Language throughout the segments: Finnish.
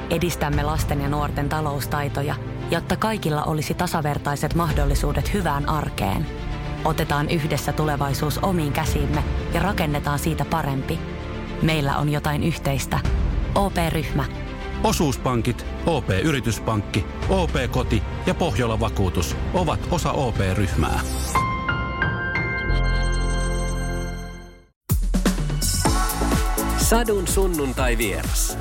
edistämme lasten ja nuorten taloustaitoja, jotta kaikilla olisi tasavertaiset mahdollisuudet hyvään arkeen. Otetaan yhdessä tulevaisuus omiin käsiimme ja rakennetaan siitä parempi. Meillä on jotain yhteistä. OP-ryhmä. Osuuspankit, OP-yrityspankki, OP-koti ja Pohjola-vakuutus ovat osa OP-ryhmää. Sadun sunnuntai vieras.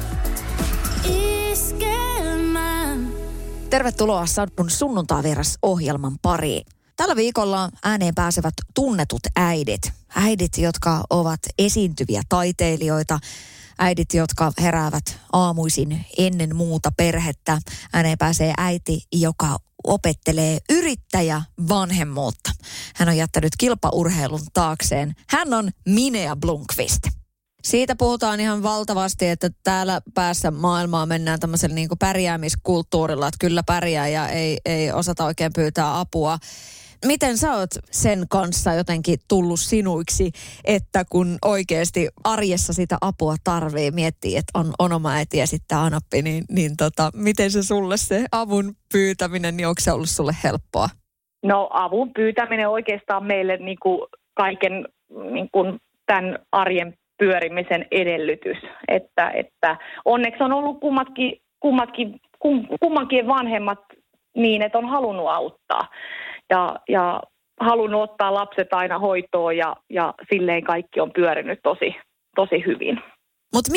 Tervetuloa Sadun sunnuntai vieras -ohjelman pariin. Tällä viikolla ääneen pääsevät tunnetut äidit. Äidit, jotka ovat esiintyviä taiteilijoita. Äidit, jotka heräävät aamuisin ennen muuta perhettä. Ääneen pääsee äiti, joka opettelee yrittäjävanhemmuutta. Hän on jättänyt kilpaurheilun taakseen. Hän on Minea Blomqvist. Siitä puhutaan ihan valtavasti, että täällä päässä maailmaa mennään tämmöisellä niin kuin pärjäämiskulttuurilla, että kyllä pärjää ja ei osata oikein pyytää apua. Miten sä oot sen kanssa jotenkin tullut sinuiksi, että kun oikeasti arjessa sitä apua tarvii, miettii, että on oma äiti ja sitten anoppi, niin miten se sulle se avun pyytäminen, niin onko se ollut sulle helppoa? No avun pyytäminen oikeastaan meille niin kuin kaiken niin kuin tämän arjen pyörimisen edellytys, että onneksi on ollut kummankin vanhemmat niin, että on halunnut auttaa ja halunnut ottaa lapset aina hoitoon ja silleen kaikki on pyörinyt tosi hyvin. Mutta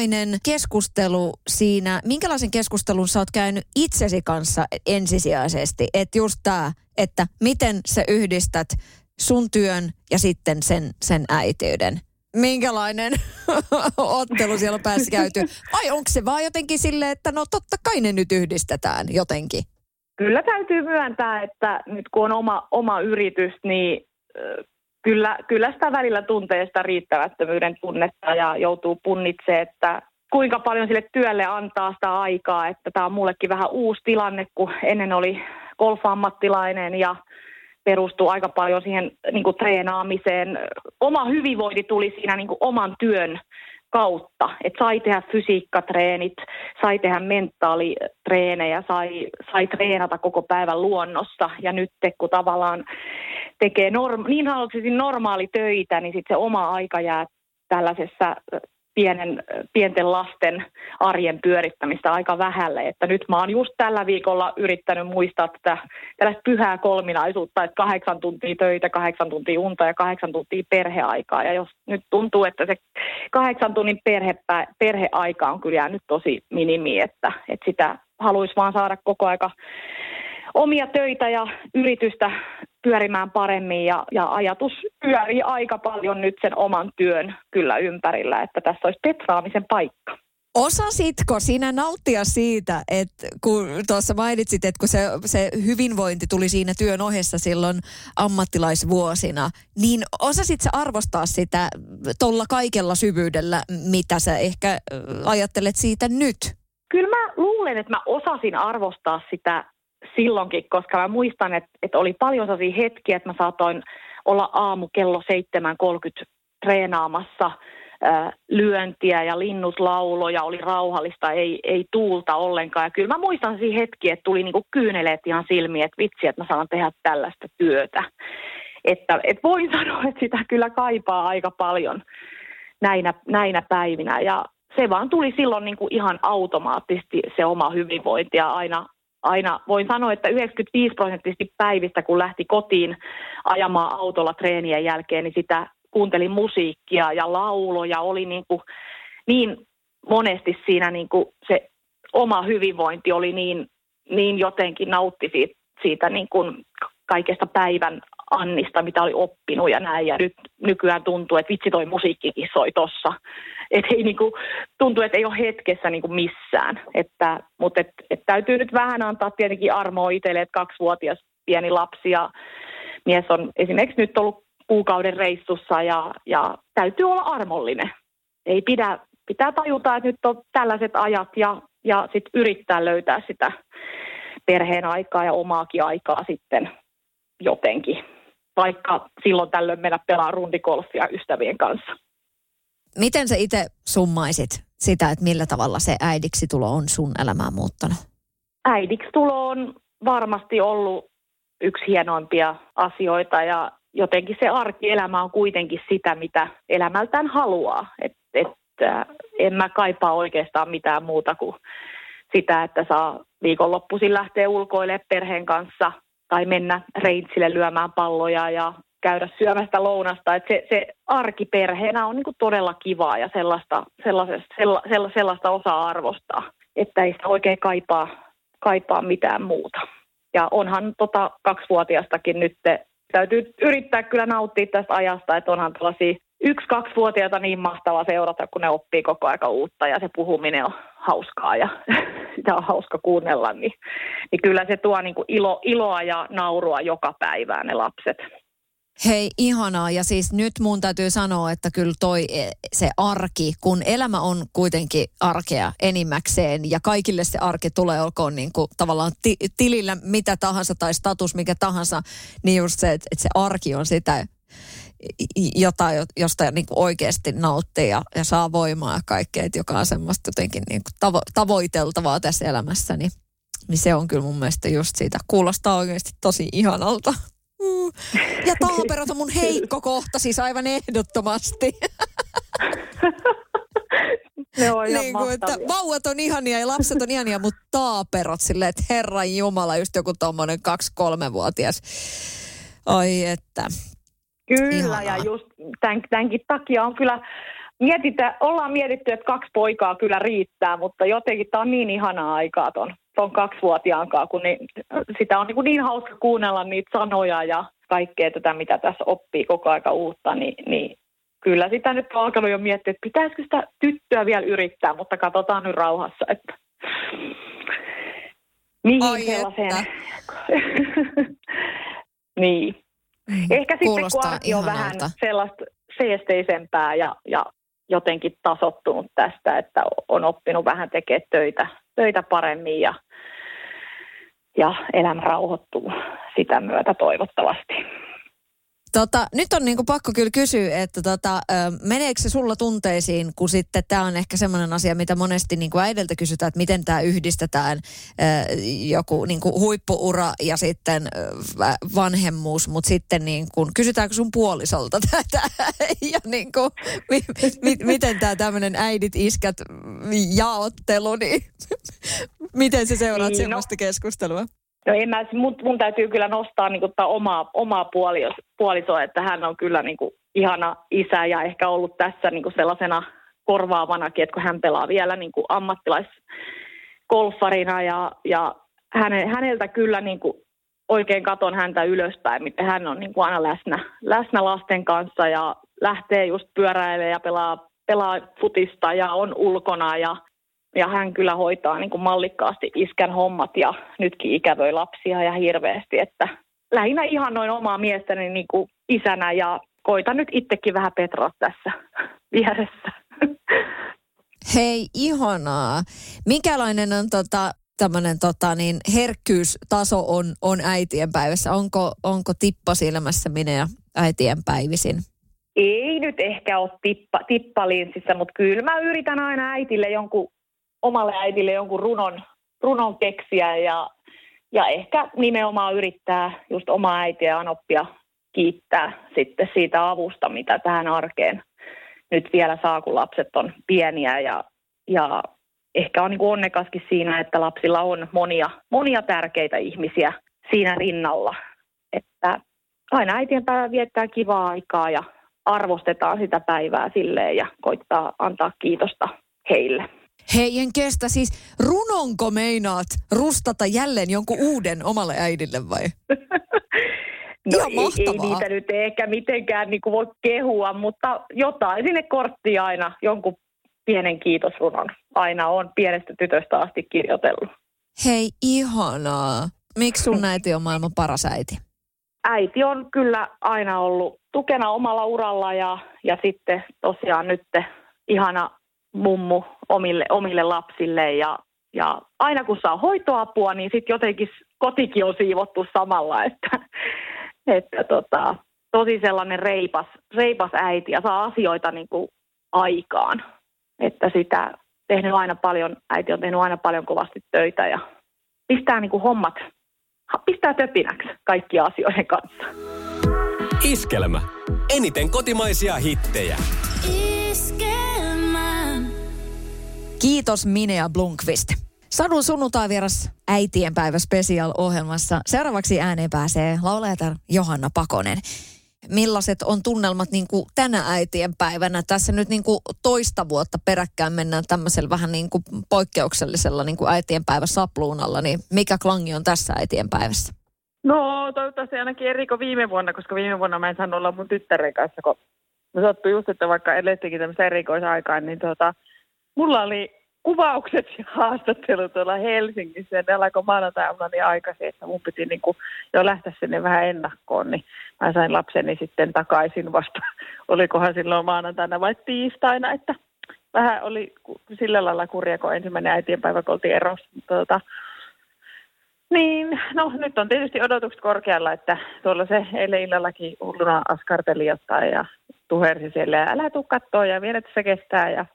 minkälaisen keskustelun sä oot käynyt itsesi kanssa ensisijaisesti, että just tämä, että miten sä yhdistät sun työn ja sitten sen äitiyden? Minkälainen ottelu siellä on päässä käyty? Vai onko se vaan jotenkin silleen, että no totta kai ne nyt yhdistetään jotenkin? Kyllä täytyy myöntää, että nyt kun on oma yritys, niin kyllä sitä välillä tuntee sitä riittämättömyyden tunnetta ja joutuu punnitsemaan, että kuinka paljon sille työlle antaa sitä aikaa. Että tämä on mullekin vähän uusi tilanne, kun ennen oli golf-ammattilainen ja perustuu aika paljon siihen niin kuin treenaamiseen. Oma hyvinvointi tuli siinä niin kuin oman työn kautta, että sai tehdä fysiikkatreenit, sai tehdä mentaalitreenejä, sai treenata koko päivän luonnossa. Ja nyt kun tavallaan tekee niin sanotusti normaalitöitä, niin sitten se oma aika jää tällaisessa pienten lasten arjen pyörittämistä aika vähälle. Että nyt mä oon just tällä viikolla yrittänyt muistaa tällaista pyhää kolminaisuutta, että 8 tuntia töitä, 8 tuntia unta ja 8 tuntia perheaikaa. Ja jos nyt tuntuu, että se 8 tunnin perheaika on kyllä jäänyt tosi minimi, että sitä haluaisi vaan saada koko aika omia töitä ja yritystä pyörimään paremmin ja ajatus pyörii aika paljon nyt sen oman työn kyllä ympärillä, että tässä olisi petraamisen paikka. Osasitko sinä nauttia siitä, että kun tuossa mainitsit, että kun se hyvinvointi tuli siinä työn ohessa silloin ammattilaisvuosina, niin osasit sä arvostaa sitä tuolla kaikella syvyydellä, mitä sä ehkä ajattelet siitä nyt? Kyllä mä luulen, että mä osasin arvostaa sitä silloinkin, koska mä muistan, että oli paljon sellaisia hetkiä, että mä saatoin olla aamu kello 7:30 treenaamassa lyöntiä ja linnut lauloja, oli rauhallista, ei tuulta ollenkaan. Ja kyllä mä muistan sellaisia hetkiä, että tuli niinku kyyneleet ihan silmiin, että vitsi, että mä saan tehdä tällaista työtä. Että voin sanoa, että sitä kyllä kaipaa aika paljon näinä päivinä. Ja se vaan tuli silloin niinku ihan automaattisesti se oma hyvinvointi ja aina voin sanoa, että 95% päivistä, kun lähti kotiin ajamaan autolla treenien jälkeen, niin sitä kuuntelin musiikkia ja lauloja. Oli niin monesti siinä se oma hyvinvointi oli niin jotenkin nautti siitä kaikesta päivän annista, mitä oli oppinut ja näin. Ja nyt nykyään tuntuu, että vitsi toi musiikkikin soi tossa. Että ei tuntuu, että ei ole hetkessä missään. Mutta täytyy nyt vähän antaa tietenkin armoa itselle, että 2-vuotias pieni lapsi ja mies on esimerkiksi nyt ollut kuukauden reissussa ja täytyy olla armollinen. Ei pitää tajuta, että nyt on tällaiset ajat ja sitten yrittää löytää sitä perheen aikaa ja omaakin aikaa sitten jotenkin. Vaikka silloin tällöin mennä pelaa rundikolfia ystävien kanssa. Miten sä itse summaisit sitä, että millä tavalla se äidiksi tulo on sun elämää muuttanut? Äidiksi tulo on varmasti ollut yksi hienoimpia asioita ja jotenkin se arkielämä on kuitenkin sitä, mitä elämältään haluaa. En mä kaipaa oikeastaan mitään muuta kuin sitä, että saa viikonloppuisin lähteä ulkoilemaan perheen kanssa tai mennä reitsille lyömään palloja ja käydä syömästä lounasta. Että se arki perheenä on niinku todella kivaa ja sellaista osaa arvostaa, että ei sitä oikein kaipaa mitään muuta. Ja onhan 2-vuotiaastakin nyt täytyy yrittää kyllä nauttia tästä ajasta, että onhan tällaisia 1-2-vuotiaita niin mahtavaa seurata, kun ne oppii koko aika uutta ja se puhuminen on hauskaa ja sitä on hauska kuunnella. Niin kyllä se tuo niinku iloa ja naurua joka päivään ne lapset. Hei, ihanaa. Ja siis nyt mun täytyy sanoa, että kyllä se arki, kun elämä on kuitenkin arkea enimmäkseen ja kaikille se arki tulee olkoon niin kuin tavallaan tilillä mitä tahansa tai status mikä tahansa, niin just se, että se arki on sitä, josta niin kuin oikeasti nauttii ja saa voimaa ja kaikkea, joka on semmoista jotenkin niin kuin tavoiteltavaa tässä elämässä, niin se on kyllä mun mielestä just siitä. Kuulostaa oikeasti tosi ihanalta. Ja taaperot on mun heikko kohta, siis aivan ehdottomasti. Ne on ihan niin kuin, että vauvat on ihania ja lapset on ihania, mutta taaperot silleen, että Herran Jumala, just joku tommonen 2-3-vuotias. Ai että. Kyllä, ihanaa. ja just tämänkin takia on kyllä, ollaan mietitty, että 2 poikaa kyllä riittää, mutta jotenkin tämä on niin ihanaa aikaa ton 2-vuotiaankaan, kun sitä on niin hauska kuunnella niitä sanoja ja kaikkea tätä, mitä tässä oppii koko aika uutta, niin kyllä sitä nyt on alkanut jo miettiä, että pitäisikö sitä tyttöä vielä yrittää, mutta katsotaan nyt rauhassa, että mihin sellaiseen. Niin. Ehkä sitten kun arki on vähän sellaista seesteisempää ja jotenkin tasoittunut tästä, että on oppinut vähän tekemään töitä paremmin ja elämä rauhoittuu sitä myötä toivottavasti. Nyt on niinku pakko kyllä kysyä, että meneekö se sulla tunteisiin, kun sitten tämä on ehkä semmoinen asia, mitä monesti niinku äideltä kysytään, että miten tämä yhdistetään joku niinku huippu-ura ja sitten vanhemmuus, mutta sitten niinku, kysytäänkö sun puolisolta tätä ja niinku, miten tämä tämmöinen äidit-iskät jaottelu, niin miten sä seuraat semmoista keskustelua? No mun täytyy kyllä nostaa niin kuin omaa puolisoa, että hän on kyllä niin kuin ihana isä ja ehkä ollut tässä niin kuin sellaisena korvaavanakin, että kun hän pelaa vielä niin kuin ammattilaisgolfarina ja häneltä kyllä niin kuin oikein katon häntä ylöspäin, miten hän on niin kuin aina läsnä lasten kanssa ja lähtee just pyöräilemään ja pelaa futista ja on ulkona ja hän kyllä hoitaa niin kuin mallikkaasti iskän hommat ja nytkin ikävöi lapsia ja hirveästi, että lähinnä ihannoin omaa miestäni niin kuin isänä ja koitan nyt itsekin vähän petraa tässä vieressä. Hei, ihanaa. Minkälainen on tämmöinen herkkyystaso on äitien päivässä? Onko tippa silmässä minä ja äitien päivisin? Ei nyt ehkä ole tippalinssissä, mutta kyllä mä yritän aina omalle äidille jonkun runon keksiä ja ehkä nimenomaan yrittää just omaa äitiä ja anoppia kiittää sitten siitä avusta, mitä tähän arkeen nyt vielä saa, kun lapset on pieniä ja ehkä on niin kuin onnekaskin siinä, että lapsilla on monia tärkeitä ihmisiä siinä rinnalla, että aina äitien päivä viettää kivaa aikaa ja arvostetaan sitä päivää silleen ja koittaa antaa kiitosta heille. Hei, en kestä. Siis runonko meinaat rustata jälleen jonkun uuden omalle äidille vai? No ei niitä nyt ehkä mitenkään niin kuin voi kehua, mutta jotain sinne korttiin aina jonkun pienen kiitosrunon. Aina on pienestä tytöstä asti kirjoitellut. Hei, ihanaa. Miksi sun äiti on maailman paras äiti? Äiti on kyllä aina ollut tukena omalla uralla ja sitten tosiaan nyt ihana mummu omille lapsille ja aina kun saa hoitoapua, niin sitten jotenkin kotikin on siivottu samalla, että tosi sellainen reipas äiti ja saa asioita niin kuin aikaan, että äiti on tehnyt aina paljon kovasti töitä ja pistää niin kuin hommat, pistää töpinäksi kaikkia asioiden kanssa. Iskelmä. Eniten kotimaisia hittejä. Kiitos Minea Blomqvist. Sadun sunnuntai-vieras äitienpäivä special-ohjelmassa. Seuraavaksi ääneen pääsee laulajatar Johanna Pakonen. Millaiset on tunnelmat niin kuin tänä äitienpäivänä? Tässä nyt niin kuin toista vuotta peräkkäin mennään tämmöisellä vähän niin kuin poikkeuksellisella niin kuin äitienpäiväsapluunalla. Niin mikä klangi on tässä äitienpäivässä? No toivottavasti ainakin eri kuin viime vuonna, koska viime vuonna mä en saanut olla mun tyttären kanssa, kun me sattui just, että vaikka elettikin tämmöistä erikoisaikaa, niin mulla oli kuvaukset ja haastattelut tuolla Helsingissä ja ne alkoi maanantai-aamuna niin aikaisin, että mun piti niin kuin jo lähteä sinne vähän ennakkoon, niin mä sain lapseni sitten takaisin vasta, olikohan silloin maanantaina vai tiistaina, että vähän oli sillä lailla kurja, kun ensimmäinen äitienpäivä, kun oltiin erossa. Niin, no nyt on tietysti odotukset korkealla, että tuolla se eilen illallakin hulluna askarteli jotain ja tuhersi siellä ja älä tuu kattoo ja vielä se kestää ja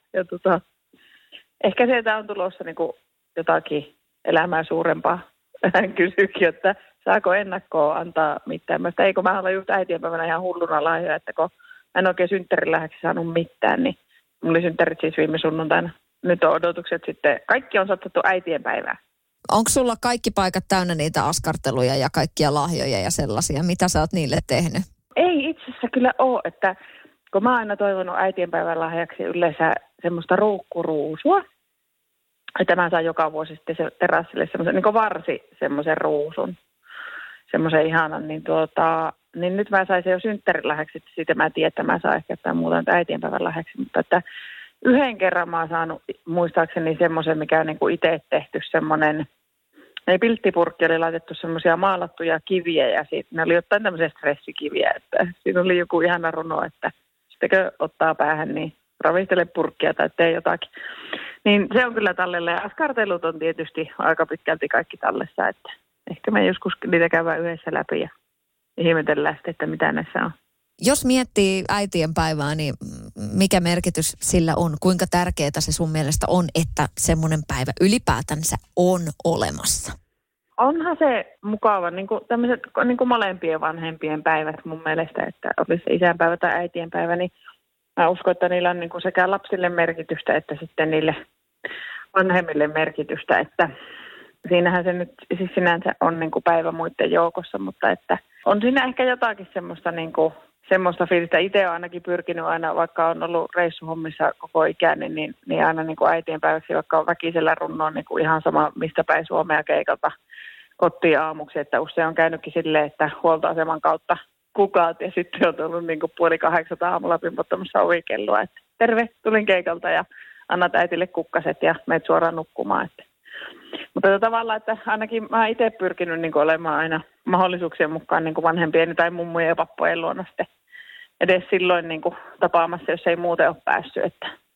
ehkä sieltä on tulossa niin kuin jotakin elämää suurempaa. Hän kysyikin, että saako ennakkoa antaa mitään. Mä sitä, mä olen just äitienpäivänä ihan hulluna lahjoja, että kun mä en oikein synttärilähäksi saanut mitään, niin mulla oli synttärit siis viime sunnuntaina. Nyt on odotukset sitten, kaikki on satsattu äitienpäivään. Onko sulla kaikki paikat täynnä niitä askarteluja ja kaikkia lahjoja ja sellaisia? Mitä sä oot niille tehnyt? Ei itse asiassa kyllä ole, että kun mä oon aina toivonut äitienpäivän lahjaksi yleensä semmoista ruukkuruusua, että mä saan joka vuosi sitten se terassille semmoisen, niin kuin varsi semmoisen ruusun, semmoisen ihanan, niin nyt mä sain se jo synttärilahjaksi, että siitä mä tiedän, että mä saan ehkä jotain muuta äitienpäivän lahjaksi, mutta että yhden kerran mä oon saanut muistaakseni semmoisen, mikä on niin kuin itse tehty semmoinen, pilttipurkki oli laitettu semmoisia maalattuja kiviä ja siitä ne oli jotain tämmöisiä stressikiviä, että siinä oli joku ihana runo, että sittenkö ottaa päähän, niin ravistele purkkia tai tee jotakin. Niin se on kyllä tallella ja askartelut on tietysti aika pitkälti kaikki tallessa, että ehkä me joskus niitä käydään yhdessä läpi ja ihmetellään sitten, että mitä näissä on. Jos miettii äitienpäivää, niin mikä merkitys sillä on? Kuinka tärkeää se sun mielestä on, että semmoinen päivä ylipäätänsä on olemassa? Onhan se mukava, niin kuin tämmöiset niin kuin molempien vanhempien päivät mun mielestä, että olisi se isänpäivä tai äitienpäivä, niin mä uskon, että niillä on niin kuin sekä lapsille merkitystä, että sitten niille vanhemmille merkitystä, että siinähän se nyt siis sinänsä on niin kuin päivä muiden joukossa, mutta että on siinä ehkä jotakin semmoista niin kuin semmoista fiilistä. Itse olen ainakin pyrkinyt aina, vaikka on ollut reissuhommissa koko ikäni, niin aina niin kuin äitienpäiväksi, vaikka on väkisellä runnoon niin kuin ihan sama mistä päin Suomea keikalta kotiin aamuksi, että usein on käynytkin silleen, että huoltoaseman kautta kukaat ja sitten on tullut niin kuin 7:30 aamulla pimpottamassa ovikelloa, että terve, tulin keikalta ja annat äitille kukkaset ja menet suoraan nukkumaan. Mutta tavallaan, että ainakin mä itse pyrkinyt niin kuin olemaan aina mahdollisuuksien mukaan niin kuin vanhempien tai mummujen ja pappojen luona sitten edes silloin niin kuin tapaamassa, jos ei muuten ole päässyt.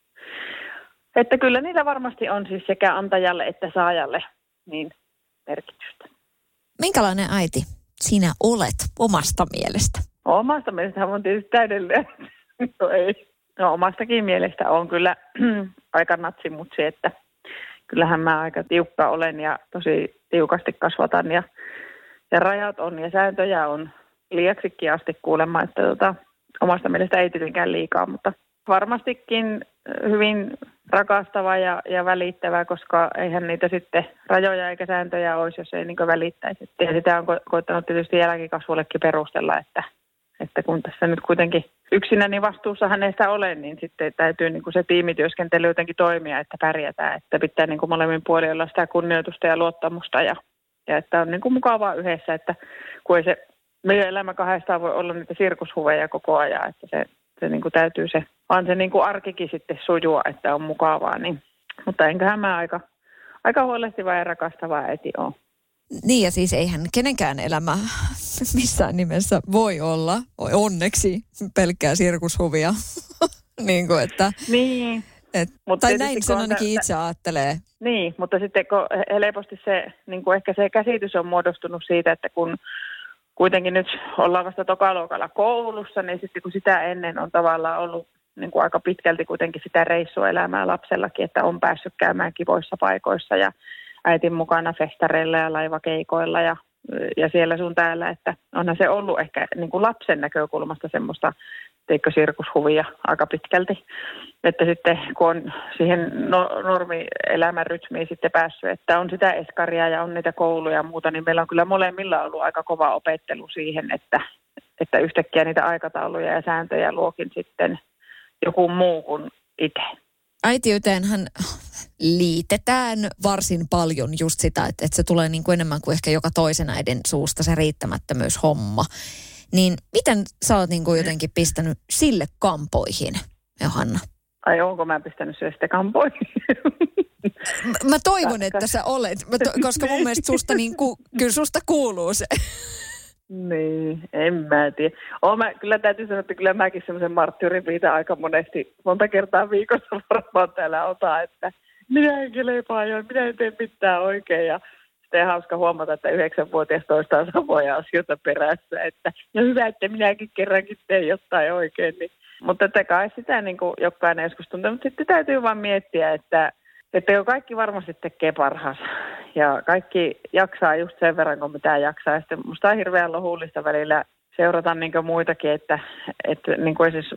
Että kyllä niitä varmasti on siis sekä antajalle että saajalle niin merkitystä. Minkälainen äiti sinä olet omasta mielestä? Omasta mielestähän on tietysti täydellinen. No omastakin mielestä on kyllä aika natsimutsi, että kyllähän mä aika tiukka olen ja tosi tiukasti kasvatan ja rajat on ja sääntöjä on liiaksikin asti kuulemma, että omasta mielestä ei tietenkään liikaa, mutta varmastikin hyvin rakastava ja välittävä, koska eihän niitä sitten rajoja eikä sääntöjä olisi, jos ei niin kuin välittäisi. Ja sitä on koittanut tietysti jälkikasvullekin perustella, että kun tässä nyt kuitenkin yksinäni vastuussa hänestä olen, niin sitten täytyy niin kuin se tiimityöskentely jotenkin toimia, että pärjätään, että pitää niin kuin molemmin puolin olla sitä kunnioitusta ja luottamusta ja että on niin kuin mukavaa yhdessä, että kun ei se meidän elämä kahdestaan voi olla niitä sirkushuveja koko ajan, että se niin kuin täytyy vaan se niin kuin arkikin sitten sujua, että on mukavaa, niin, mutta enköhän mä aika huolehtiva ja rakastava äiti ole. Niin ja siis eihän kenenkään elämä missään nimessä voi olla, onneksi, pelkkää sirkushuvia. Niin kuin että... Niin. Tai näin sen ainakin itse ajattelee. Niin, mutta sitten kun helposti se, niin kuin ehkä se käsitys on muodostunut siitä, että kun kuitenkin nyt ollaan vasta tokaluokalla koulussa, niin sitten kun sitä ennen on tavallaan ollut niin kuin aika pitkälti kuitenkin sitä reissuelämää lapsellakin, että on päässyt käymään kivoissa paikoissa ja äitin mukana festareilla ja laivakeikoilla ja siellä sun täällä, että onhan se ollut ehkä niin kuin lapsen näkökulmasta semmoista sirkushuvia aika pitkälti. Että sitten kun on siihen normielämän rytmiin sitten päässyt, että on sitä eskaria ja on niitä kouluja ja muuta, niin meillä on kyllä molemmilla ollut aika kova opettelu siihen, että yhtäkkiä niitä aikatauluja ja sääntöjä luokin sitten joku muu kuin itse. Äitiyteenhän liitetään varsin paljon just sitä, että se tulee niin kuin enemmän kuin ehkä joka toisen äidin suusta se riittämättömyyshomma. Niin miten sä oot niin kuin jotenkin pistänyt sille kampoihin, Johanna? Ai onko mä pistänyt sille sitten kampoihin? Mä toivon, että sä olet, koska mun mielestä susta kyllä susta kuuluu se. Niin, en mä tiedä. Kyllä täytyy sanoa, että kyllä mäkin semmoisen marttyyripiitä aika monta kertaa viikossa varmaan täällä otan, että minä en kelepaa ja minä en tee mitään oikein. Ja sitten hauska huomata, että 9-vuotias toistaa samoja asioita perässä, että no hyvä, että minäkin kerrankin teen jotain oikein. Niin. Mutta että kai sitä niin kuin jokainen joskus tuntuu, mutta sitten täytyy vaan miettiä, että kaikki varmasti tekee parhaansa ja kaikki jaksaa just sen verran, kun mitä jaksaa. Ja sitten musta on hirveän lohullista välillä seurata niin kuin muitakin, että niin kuin siis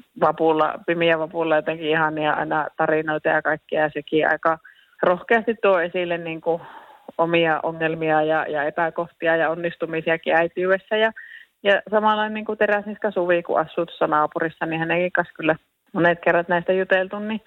pimiä vapulla jotenkin ihania aina tarinoita ja kaikkea. Ja sekin aika rohkeasti tuo esille niin kuin omia ongelmia ja epäkohtia ja onnistumisiakin äitiydessä. Ja samalla niin kuin Teräsniska Suvi, kun asuu tuossa naapurissa, niin hänenkin kanssa kyllä monet kerrat näistä juteltu, niin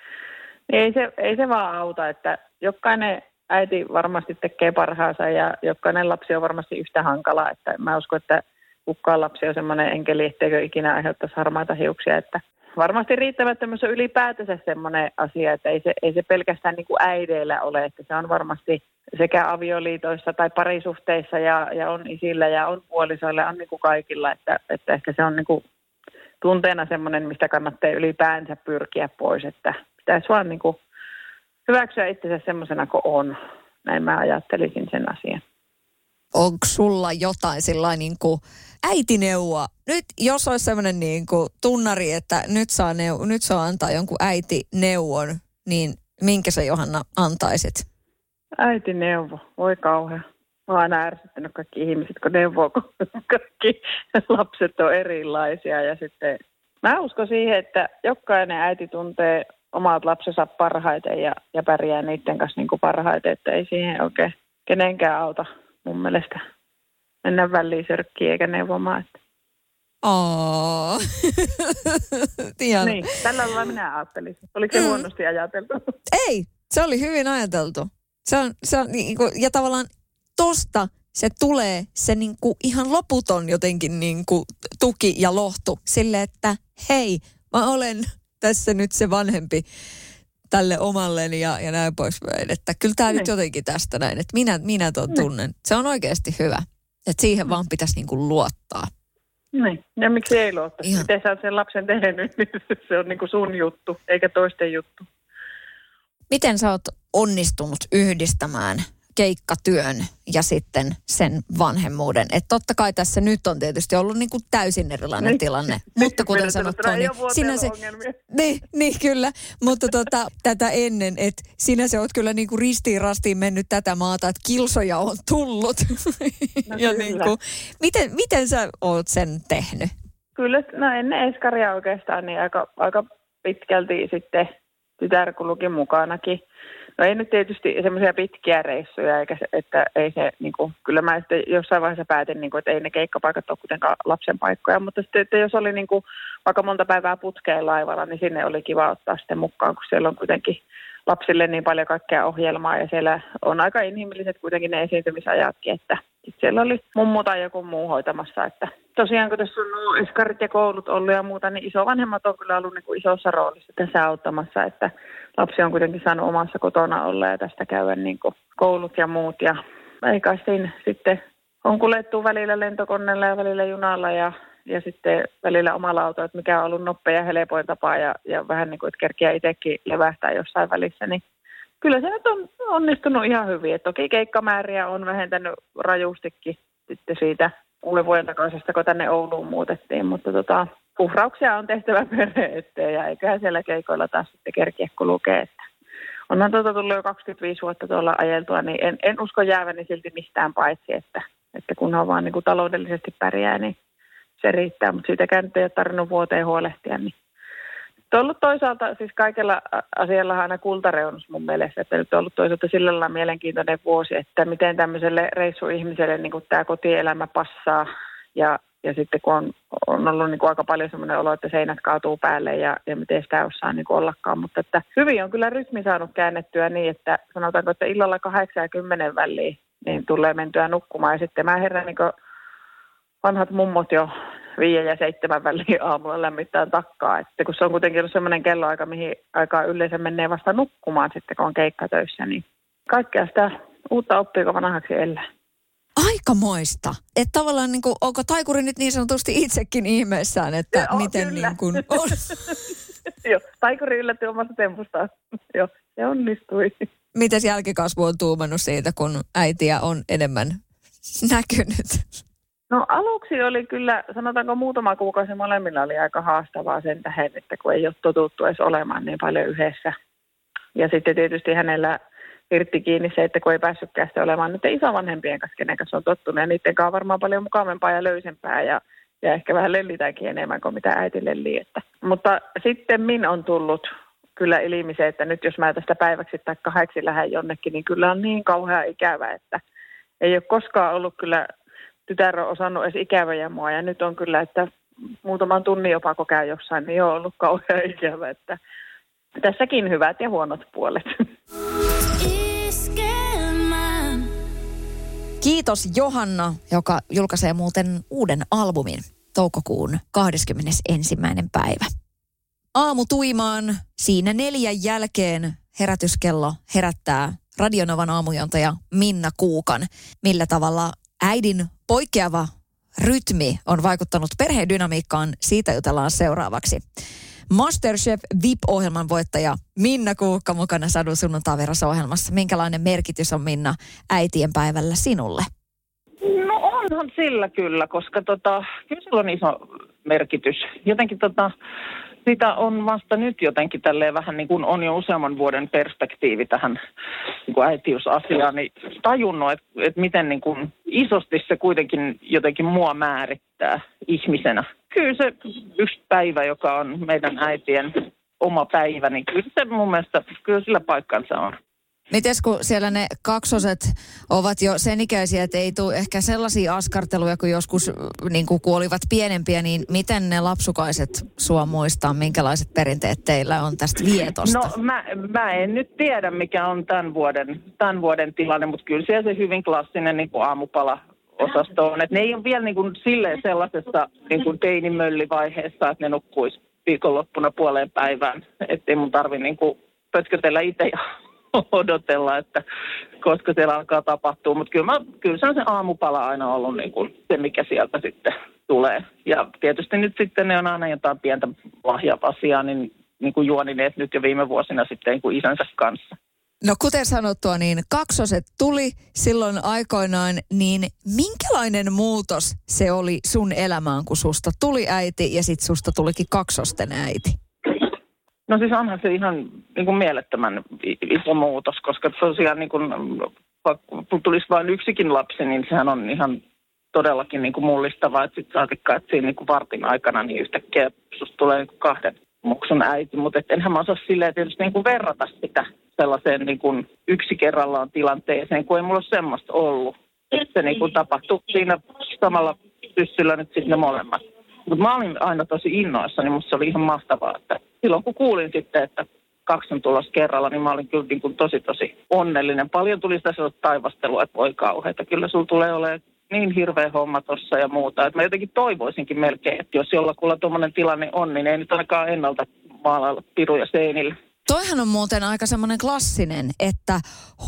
ei se vaan auta, että jokainen äiti varmasti tekee parhaansa ja jokainen lapsi on varmasti yhtä hankala. Että mä uskon, että kukaan lapsi on semmoinen enkeli, etteikö ikinä aiheuttaisi harmaita hiuksia. Että varmasti riittämättömyys on ylipäätänsä semmoinen asia, että ei se pelkästään niin kuin äideillä ole, että se on varmasti sekä avioliitoissa tai parisuhteissa ja on isillä ja on puolisoilla ja on niin kuin kaikilla, että ehkä se on niin kuin tunteena semmoinen, mistä kannattaa ylipäänsä pyrkiä pois, että pitäisi vaan niin kuin hyväksyä itsensä semmoisena kuin on. Näin mä ajattelisin sen asian. Onko sulla jotain sellainen niin kuin äitineuvoa? Nyt jos olisi semmoinen niin kuin tunnari, että nyt saa antaa jonkun äitineuvon, niin minkä sä Johanna antaisit? Äitineuvo, voi kauhea. Mä oon aina ärsyttänyt kaikki ihmiset, kun neuvoo, kun kaikki lapset on erilaisia. Ja sitten mä uskon siihen, että jokainen äiti tuntee omat lapsensa parhaiten ja pärjää niiden kanssa niin kuin parhaiten, että ei siihen oikein kenenkään auta mun mielestä mennä väliin sörkkiin eikä neuvomaan. Niin, tällä lailla minä ajattelisin. Oliko se huonosti ajateltu? Ei, se oli hyvin ajateltu. Se on niinku, ja tavallaan tosta se tulee se niinku ihan loputon jotenkin niinku tuki ja lohtu sille, että hei, mä olen tässä nyt se vanhempi tälle omalleni ja näin poispäin. Että kyllä tämä nyt jotenkin tästä näin, että minä tuon tunnen. Se on oikeasti hyvä. Että siihen vaan pitäisi niinku luottaa. Niin, ja miksi ei luottaisi? Miten sä oot sen lapsen tehnyt, niin se on niinku sun juttu, eikä toisten juttu. Miten sä oot onnistunut yhdistämään keikkatyön ja sitten sen vanhemmuuden? Että totta kai tässä nyt on tietysti ollut niin kuin täysin erilainen tilanne. Mutta kuten sanottua, niin sinä se... Niin kyllä, mutta tätä ennen, että sinä se oot kyllä niin kuin ristiin rastiin mennyt tätä maata, että kilsoja on tullut. No ja niin kuin, miten sä oot sen tehnyt? Kyllä, no ennen eskaria oikeastaan niin aika pitkälti sitten tytär kulukin mukanakin. No ei nyt tietysti semmoisia pitkiä reissuja, että ei se, niin kuin, kyllä mä sitten jossain vaiheessa päätin, niin kuin, että ei ne keikkapaikat ole kuitenkaan lapsen paikkoja, mutta sitten, että jos oli niin kuin, vaikka monta päivää putkeen laivalla, niin sinne oli kiva ottaa sitten mukaan, kun siellä on kuitenkin lapsille niin paljon kaikkea ohjelmaa ja siellä on aika inhimilliset kuitenkin ne esiintymisajatkin, että siellä oli mummu tai joku muu hoitamassa, että tosiaan kun tässä on eskarit ja koulut ollut ja muuta, niin isovanhemmat on kyllä ollut niin kuin isossa roolissa tässä auttamassa, että lapsi on kuitenkin saanut omassa kotona olla ja tästä käydä niin kuin koulut ja muut ja eikä siinä sitten on kuljettu välillä lentokoneella ja välillä junalla ja sitten välillä omalla autolla, että mikä on ollut nopea ja helpoin tapa ja vähän niin kuin, että kerkiä itsekin levähtää jossain välissä, niin kyllä se nyt on onnistunut ihan hyvin. Et toki keikkamääriä on vähentänyt rajustikin sitten siitä 6 vuoden takaisesta, kun tänne Ouluun muutettiin, mutta uhrauksia on tehtävä perheen eteen ja eiköhän siellä keikoilla taas sitten kerkiä kulkee. Onhan tullut jo 25 vuotta tuolla ajeltua, niin en usko jääväni silti mistään paitsi, että kunhan vaan niin kuin taloudellisesti pärjää, niin se riittää. Mutta siitäkään nyt ei ole tarvinnut vuoteen huolehtia. Niin. On ollut toisaalta, siis kaikella asialla aina kultareunus mun mielestä, että nyt on ollut toisaalta sillä lailla mielenkiintoinen vuosi, että miten tämmöiselle reissuihmiselle niin kuin tämä kotielämä passaa ja sitten kun on ollut niin kuin aika paljon semmoinen olo, että seinät kaatuu päälle ja miten sitä osaa niin kuin ollakaan. Mutta että hyvin on kyllä rytmi saanut käännettyä niin, että sanotaanko, että illalla 8 ja 10 väliin niin tulee mentyä nukkumaan. Ja sitten mä herään niin kuin vanhat mummot jo 5 ja 7 väliin aamulla lämmittää takkaa. Että kun se on kuitenkin ollut semmoinen kelloaika, mihin aikaan yleensä menee vasta nukkumaan sitten, kun on keikkatöissä, niin kaikkea sitä uutta oppii, kun vanhaksi elää. Aikamoista. Että tavallaan niin kuin, onko taikuri nyt niin sanotusti itsekin ihmeessään, että joo, miten kyllä. niin kuin on? Joo, taikuri yllätti omasta tempustaan. Joo, se onnistui. Mites jälkikasvu on tuumannut siitä, kun äitiä on enemmän näkynyt? No aluksi oli kyllä, sanotaanko muutama kuukausi molemmilla oli aika haastavaa sen tähden, että kun ei ole totuttu edes olemaan niin paljon yhdessä. Ja sitten tietysti hänellä hirtti kiinni se, että kun ei päässytkään sitten olemaan nyt isovanhempien kanssa, kenen kanssa on tottunut. Ja niiden kanssa on varmaan paljon mukavampaa ja löysempää ja ehkä vähän lellitäänkin enemmän kuin mitä äiti lellii. Mutta sitten min on tullut kyllä ilmi se, että nyt jos mä tästä päiväksi tai 2 lähden jonnekin, niin kyllä on niin kauhean ikävä, että ei ole koskaan ollut kyllä tytär on osannut edes ikävää mua. Ja nyt on kyllä, että muutaman tunnin jopa kun käy jossain, niin on ollut kauhean ikävä, että tässäkin hyvät ja huonot puolet. Kiitos Johanna, joka julkaisee muuten uuden albumin toukokuun 21. päivä. Aamu tuimaan siinä 4 jälkeen herätyskello herättää Radionovan aamujontaja Minna Kuukan. Millä tavalla äidin poikkeava rytmi on vaikuttanut perheen dynamiikkaan, siitä jutellaan seuraavaksi. MasterChef VIP-ohjelman voittaja Minna Kuukka mukana Sadun sunnuntai-vieras-ohjelmassa. Minkälainen merkitys on, Minna, äitien päivällä sinulle? No onhan sillä kyllä, koska kyllä sillä on iso merkitys. Jotenkin sitä on vasta nyt jotenkin tälleen vähän niin kuin on jo useamman vuoden perspektiivi tähän niin kuin äitiysasiaan, niin tajunnut, että miten niin kuin isosti se kuitenkin jotenkin mua määrittää ihmisenä. Kyllä se yksi päivä, joka on meidän äitien oma päivä, niin kyllä se mun mielestä, kyllä sillä paikkansa on. Mites kun siellä ne kaksoset ovat jo sen ikäisiä, että ei tule ehkä sellaisia askarteluja kuin joskus niin kun olivat pienempiä, niin miten ne lapsukaiset sua muistaa, minkälaiset perinteet teillä on tästä vietosta? No mä en nyt tiedä, mikä on tämän vuoden tilanne, mutta kyllä siellä se hyvin klassinen niin kuin aamupala-osasto on. Et ne ei ole vielä niin kuin silleen sellaisessa niin kuin teinimöllivaiheessa, että ne nukkuisi viikonloppuna puoleen päivään, ettei mun tarvitse niin kuin pötkötellä itse ja odotella, että koska siellä alkaa tapahtua. Mutta kyllä se on se aamupala aina ollut niin kuin se, mikä sieltä sitten tulee. Ja tietysti nyt sitten ne on aina jotain pientä lahjapasiaa, niin kuin juonineet nyt jo viime vuosina sitten niin kuin isänsä kanssa. No kuten sanottua, niin kaksoset tuli silloin aikoinaan, niin minkälainen muutos se oli sun elämään, kun susta tuli äiti ja sitten susta tulikin kaksosten äiti? No siis onhan se ihan niin kuin mielettömän iso muutos, koska tosiaan niin kuin, kun tulisi vain yksikin lapsi, niin sehän on ihan todellakin niin kuin mullistavaa, että sitten saatikkaan, että siinä niin kuin vartin aikana niin yhtäkkiä susta tulee niin kuin 2 muksun äiti, mutta enhän mä osaa silleen tietysti niin kuin verrata sitä sellaiseen niin kuin yksi kerrallaan tilanteeseen, kun ei mulla ole semmoista ollut. Että se niin kuin tapahtui siinä samalla pyssyllä nyt sitten ne molemmat. Mutta mä olin aina tosi innoissa, niin musta se oli ihan mahtavaa, että silloin kun kuulin sitten, että 2 on tulossa kerralla, niin mä olin kyllä niin kuin tosi onnellinen. Paljon tuli sitä sellaista taivastelua, että voi kauheita. Kyllä sulla tulee olemaan niin hirveä homma tossa ja muuta. Että mä jotenkin toivoisinkin melkein, että jos jollakulla tuommoinen tilanne on, niin ei nyt ainakaan ennalta maalailla piruja seinillä. Toihan on muuten aika semmoinen klassinen, että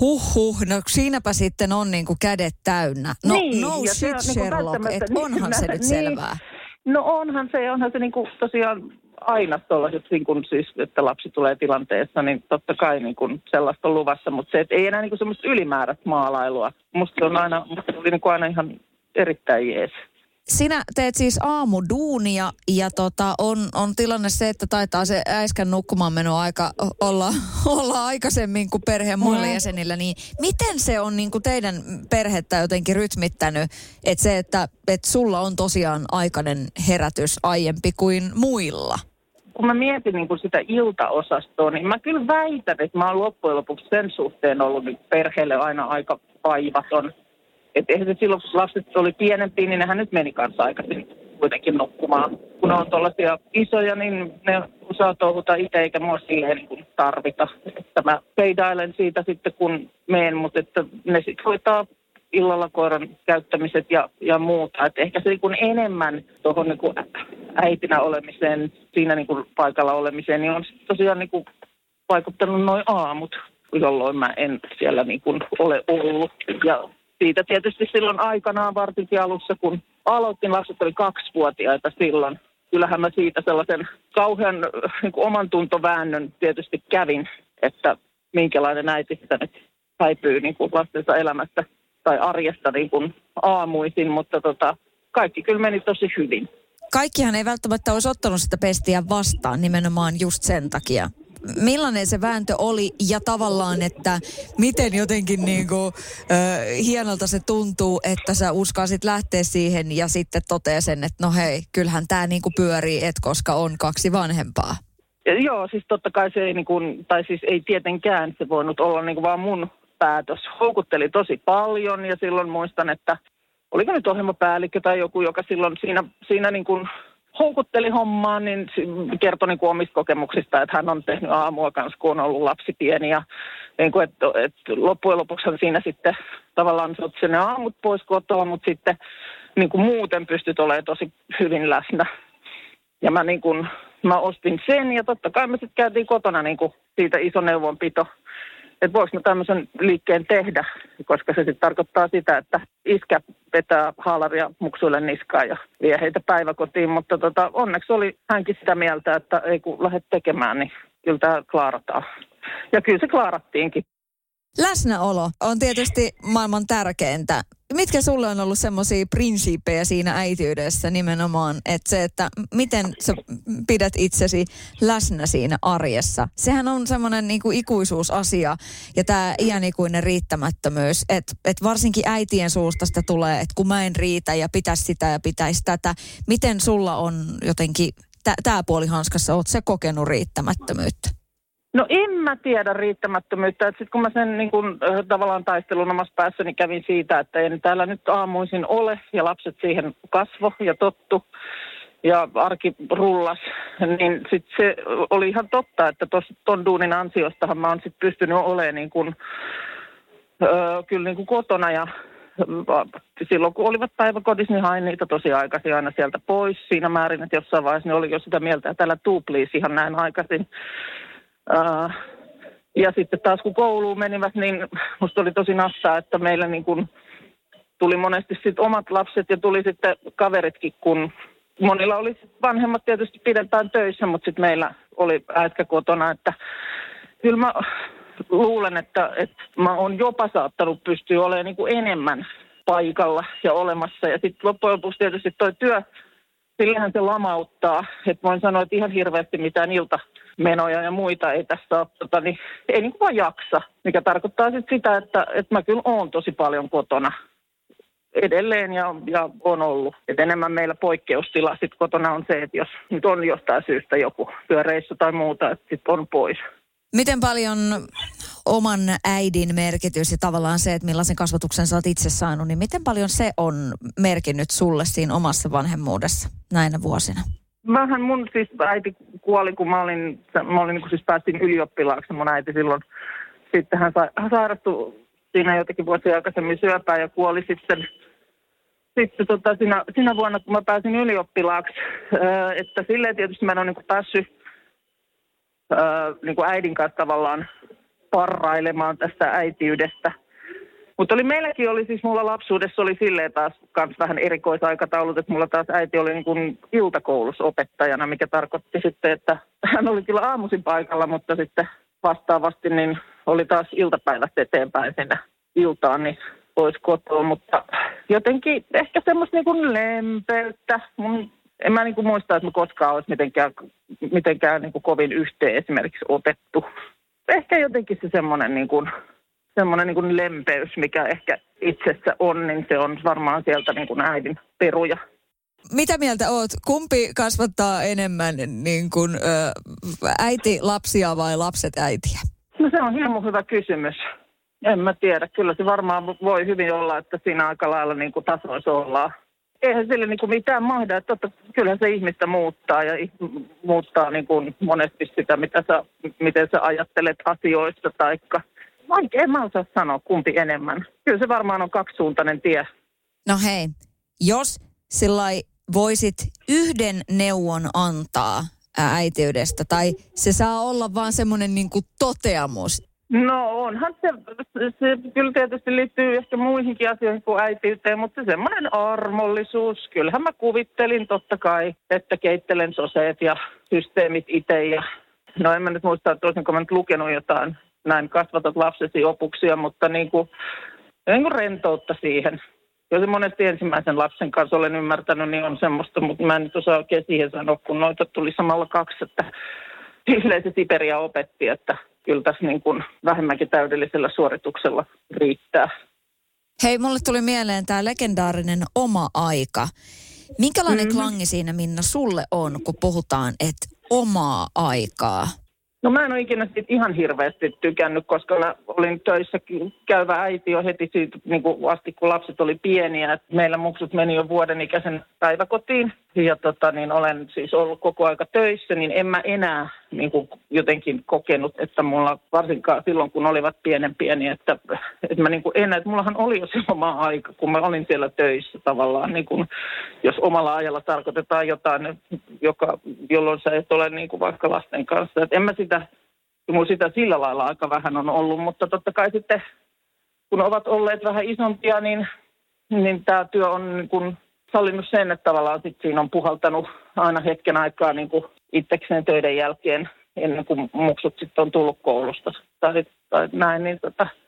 no siinäpä sitten on niinku kädet täynnä. No niin, no shit niin Sherlock, että onhan se nyt selvää. No onhan se niin kuin tosiaan aina tuollaiset, niin kuin siis, että lapsi tulee tilanteessa, niin totta kai niin kuin sellaista on luvassa, mutta se, että ei enää niin kuin semmoista ylimääräistä maalailua. Musta se on aina, oli niin kuin aina ihan erittäin jees. Sinä teet siis aamuduunia ja on tilanne se, että taitaa se äiskän nukkumaan aika olla aikaisemmin kuin perheen muilla jäsenillä. Niin miten se on niin kuin teidän perhettä jotenkin rytmittänyt, että se, että sulla on tosiaan aikainen herätys aiempi kuin muilla? Kun mä mietin niin kuin sitä iltaosastoa, niin mä kyllä väitän, että mä oon loppujen lopuksi sen suhteen ollut niin perheelle aina aika vaivaton. Että eihän se silloin, kun lapset oli pienempiä, niin nehän nyt meni kanssa aikaisin kuitenkin nukkumaan. Kun on tuollaisia isoja, niin ne osaa touhuta itse, eikä mua siihen niin kuin tarvita. Että mä peidailen siitä sitten, kun menen, mutta että ne sitten hoitaa illalla koiran käyttämiset ja muuta. Että ehkä se niin kuin enemmän tuohon niin kuin äitinä olemiseen, siinä niin kuin paikalla olemiseen, niin on tosiaan niin kuin vaikuttanut nuo aamut, jolloin mä en siellä niin kuin ole ollut. Ja siitä tietysti silloin aikanaan, varsinkin alussa, kun aloitin, lapset oli 2-vuotiaita silloin. Kyllähän mä siitä sellaisen kauhean niin kuin oman tuntoväännön tietysti kävin, että minkälainen äiti sitä nyt häipyy niin kuin lastensa elämästä tai arjesta niin kuin aamuisin, mutta kaikki kyllä meni tosi hyvin. Kaikkihan ei välttämättä olisi ottanut sitä pestiä vastaan nimenomaan just sen takia. Millainen se vääntö oli ja tavallaan, että miten jotenkin hienolta se tuntuu, että sä uskalsit lähteä siihen ja sitten toteaa sen, että no hei, kyllähän tämä pyörii, koska on 2 vanhempaa. Joo, siis totta kai se ei ei tietenkään se voinut olla vaan mun päätös. Houkutteli tosi paljon ja silloin muistan, että oliko nyt ohjelmapäällikkö tai joku, joka silloin siinä houkutteli hommaan, niin kertoi omista kokemuksista, että hän on tehnyt aamua kanssa, kun on ollut lapsi pieni. Ja että loppujen lopuksi siinä sitten tavallaan se otti ne aamut pois kotoa, mutta sitten muuten pystyt olemaan tosi hyvin läsnä. Ja mä ostin sen ja totta kai me sitten käytiin kotona siitä iso neuvonpito, että voiko mä tämmöisen liikkeen tehdä, koska se sitten tarkoittaa sitä, että iskä vetää haalaria muksuille niskaan ja vie heitä päiväkotiin. Mutta onneksi oli hänkin sitä mieltä, että ei kun lähde tekemään, niin kyllä tämä klaarataan. Ja kyllä se klaarattiinkin. Läsnäolo on tietysti maailman tärkeintä. Mitkä sulle on ollut semmoisia prinsiippejä siinä äitiydessä nimenomaan, että se, että miten sä pidät itsesi läsnä siinä arjessa? Sehän on semmoinen ikuisuusasia ja tämä iänikuinen riittämättömyys, että varsinkin äitien suusta sitä tulee, että kun mä en riitä ja pitäisi sitä ja pitäisi tätä. Miten sulla on jotenkin tämä puoli hanskassa, oot sä kokenut riittämättömyyttä? No en mä tiedä riittämättömyyttä. Sitten kun mä sen tavallaan taistelun omassa päässäni kävin siitä, että ei täällä nyt aamuisin ole ja lapset siihen kasvo ja tottu ja arki rullas, niin sitten se oli ihan totta, että ton duunin ansiostahan mä oon sitten pystynyt olemaan kyllä kotona ja silloin kun olivat päiväkodissa, niin hain niitä tosi aikaisin aina sieltä pois siinä määrin, että jossain vaiheessa ne oli jo sitä mieltä, että älä tuu please ihan näin aikaisin. Ja sitten taas kun kouluun menivät, niin musta oli tosi nassaa, että meillä tuli monesti sitten omat lapset ja tuli sitten kaveritkin, kun monilla oli vanhemmat tietysti pidempään töissä, mutta sitten meillä oli äitkä kotona, että kyllä mä luulen, että mä oon jopa saattanut pystyä olemaan enemmän paikalla ja olemassa. Ja sitten loppujen lopuksi tietysti toi työ, sillähän se lamauttaa, että voin sanoa, että ihan hirveästi mitään iltamenoja ja muita ei tässä ole, niin ei vaan jaksa, mikä tarkoittaa sitten sitä, että mä kyllä oon tosi paljon kotona edelleen ja on ollut. Et enemmän meillä poikkeustila sitten kotona on se, että jos nyt on jostain syystä joku työreissu tai muuta, että sitten on pois. Miten paljon oman äidin merkitys ja tavallaan se, että millaisen kasvatuksen sä oot itse saanut, niin miten paljon se on merkinnyt sulle siinä omassa vanhemmuudessa näinä vuosina? Vähän mun siis äiti kuoli, kun mä olin siis päästin ylioppilaaksi mun äiti silloin. Sitten hän sairastui siinä jotenkin vuosia aikaisemmin syöpään ja kuoli sitten siinä vuonna, kun mä pääsin ylioppilaaksi. Että silleen tietysti mä en ole päässyt äidin kanssa tavallaan parrailemaan tästä äitiydestä. Mutta meilläkin oli siis, mulla lapsuudessa oli silleen taas kans vähän erikoisaikataulut, että mulla taas äiti oli iltakoulussa opettajana, mikä tarkoitti sitten, että hän oli kyllä aamuisin paikalla, mutta sitten vastaavasti niin oli taas iltapäivästä eteenpäin sinne iltaan niin pois kotoa. Mutta jotenkin ehkä semmoista niin kuin lempeyttä. En mä niin kuin muista, että mä koskaan olisi mitenkään niin kuin kovin yhteen esimerkiksi otettu. Ehkä jotenkin se semmoinen niin kuin lempeys, mikä ehkä itsessä on, niin se on varmaan sieltä niin kuin äidin peruja. Mitä mieltä oot? Kumpi kasvattaa enemmän niin kuin, äiti lapsia vai lapset äitiä? No se on hirmu hyvä kysymys. En mä tiedä. Kyllä se varmaan voi hyvin olla, että siinä aika lailla niin kuin tasoissa ollaan. Eihän sille niin kuin mitään mahda. Että kyllähän se ihmistä muuttaa ja muuttaa niin kuin monesti sitä, miten sä ajattelet asioista. Vaikea mä osaa sanoa, kumpi enemmän. Kyllä se varmaan on kaksisuuntainen tie. No hei, jos sillai voisit yhden neuvon antaa äitiydestä, tai se saa olla vaan semmoinen niin kuin toteamus. No onhan se kyllä tietysti liittyy ehkä muihinkin asioihin kuin äitiyteen, mutta semmoinen armollisuus. Kyllähän mä kuvittelin totta kai, että keittelen soseet ja systeemit itse. No en mä nyt muista, että olisinko mä nyt lukenut jotain näin kasvatat lapsesi opuksia, mutta niin kuin rentoutta siihen. Jos monesti ensimmäisen lapsen kanssa olen ymmärtänyt, niin on semmoista, mutta mä en nyt osaa oikein siihen sanoa, kun noita tuli samalla 2, että silleen se Siberia opetti, että kyllä tässä niin kuin vähemmänkin täydellisellä suorituksella riittää. Hei, mulle tuli mieleen tämä legendaarinen Oma aika. Minkälainen klangi siinä, Minna, sulle on, kun puhutaan, että omaa aikaa? No mä en ole ikinä siitä ihan hirveästi tykännyt, koska mä olin töissä käyvä äiti jo heti siitä niin kuin asti, kun lapset oli pieniä. Meillä muksut meni jo vuoden ikäisen päiväkotiin ja olen siis ollut koko aika töissä, niin en mä enää niin kuin jotenkin kokenut, että mulla varsinkaan silloin, kun olivat pieniä, että mä niin kuin enää, että mullahan oli jo se oma aika, kun mä olin siellä töissä tavallaan, niin kuin, jos omalla ajalla tarkoitetaan jotain, jolloin sä et ole niin kuin vaikka lasten kanssa, että en mä sitä sillä lailla aika vähän on ollut, mutta totta kai sitten, kun ovat olleet vähän isompia, niin tämä työ on niin kuin sallinut sen, että tavallaan sitten siinä on puhaltanut aina hetken aikaa niin kuin itsekseen töiden jälkeen, ennen kuin muksut sitten on tullut koulusta tai näin, niin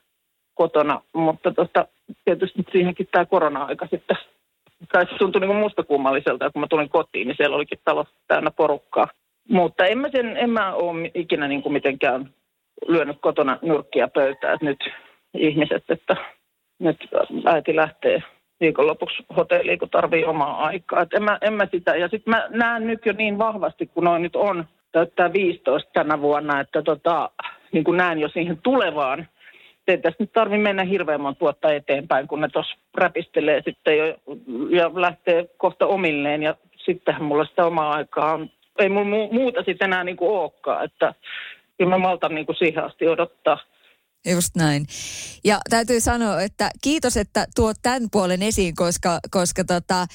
kotona. Mutta tietysti siihenkin tämä korona-aika sitten, kai se tuntui niin kuin musta kummalliselta, että kun mä tulin kotiin, niin siellä olikin talo täynnä porukkaa. Mutta en mä ole ikinä niin kuin mitenkään lyönyt kotona nyrkkiä pöytään, että nyt ihmiset, että nyt äiti lähtee viikonlopuksi hotelliin, kun tarvii omaa aikaa. Et en mä sitä. Ja sitten mä näen nyt jo niin vahvasti, kun noin nyt on, täyttää 15 tänä vuonna, että niin kuin näen jo siihen tulevaan. Ei tässä nyt tarvitse mennä hirveän monta vuotta eteenpäin, kun ne tuossa räpistelee sitten jo ja lähtee kohta omilleen. Ja sittenhän mulla sitä omaa aikaa on. Ei mulla muuta sitten enää niin kuin olekaan, että kyllä mä maltan niin kuin siihen asti odottaa. Just näin. Ja täytyy sanoa, että kiitos, että tuot tämän puolen esiin, koska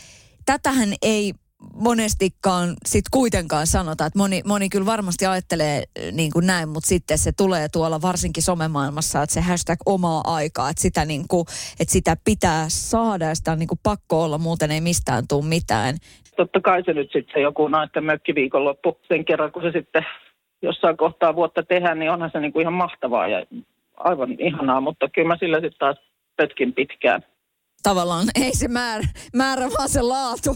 tätähän ei monestikaan sit kuitenkaan sanota. Että moni kyllä varmasti ajattelee niin kuin näin, mutta sitten se tulee tuolla varsinkin somemaailmassa, että se hashtag omaa aikaa, että sitä, niin kuin, että sitä pitää saada ja sitä on niin kuin pakko olla, muuten ei mistään tule mitään. Totta kai se nyt sitten joku naisten mökkiviikonloppu sen kerran, kun se sitten jossain kohtaa vuotta tehdään, niin onhan se niin kuin ihan mahtavaa ja aivan ihanaa, mutta kyllä mä sillä sitten taas pötkin pitkään. Tavallaan ei se määrä vaan se laatu.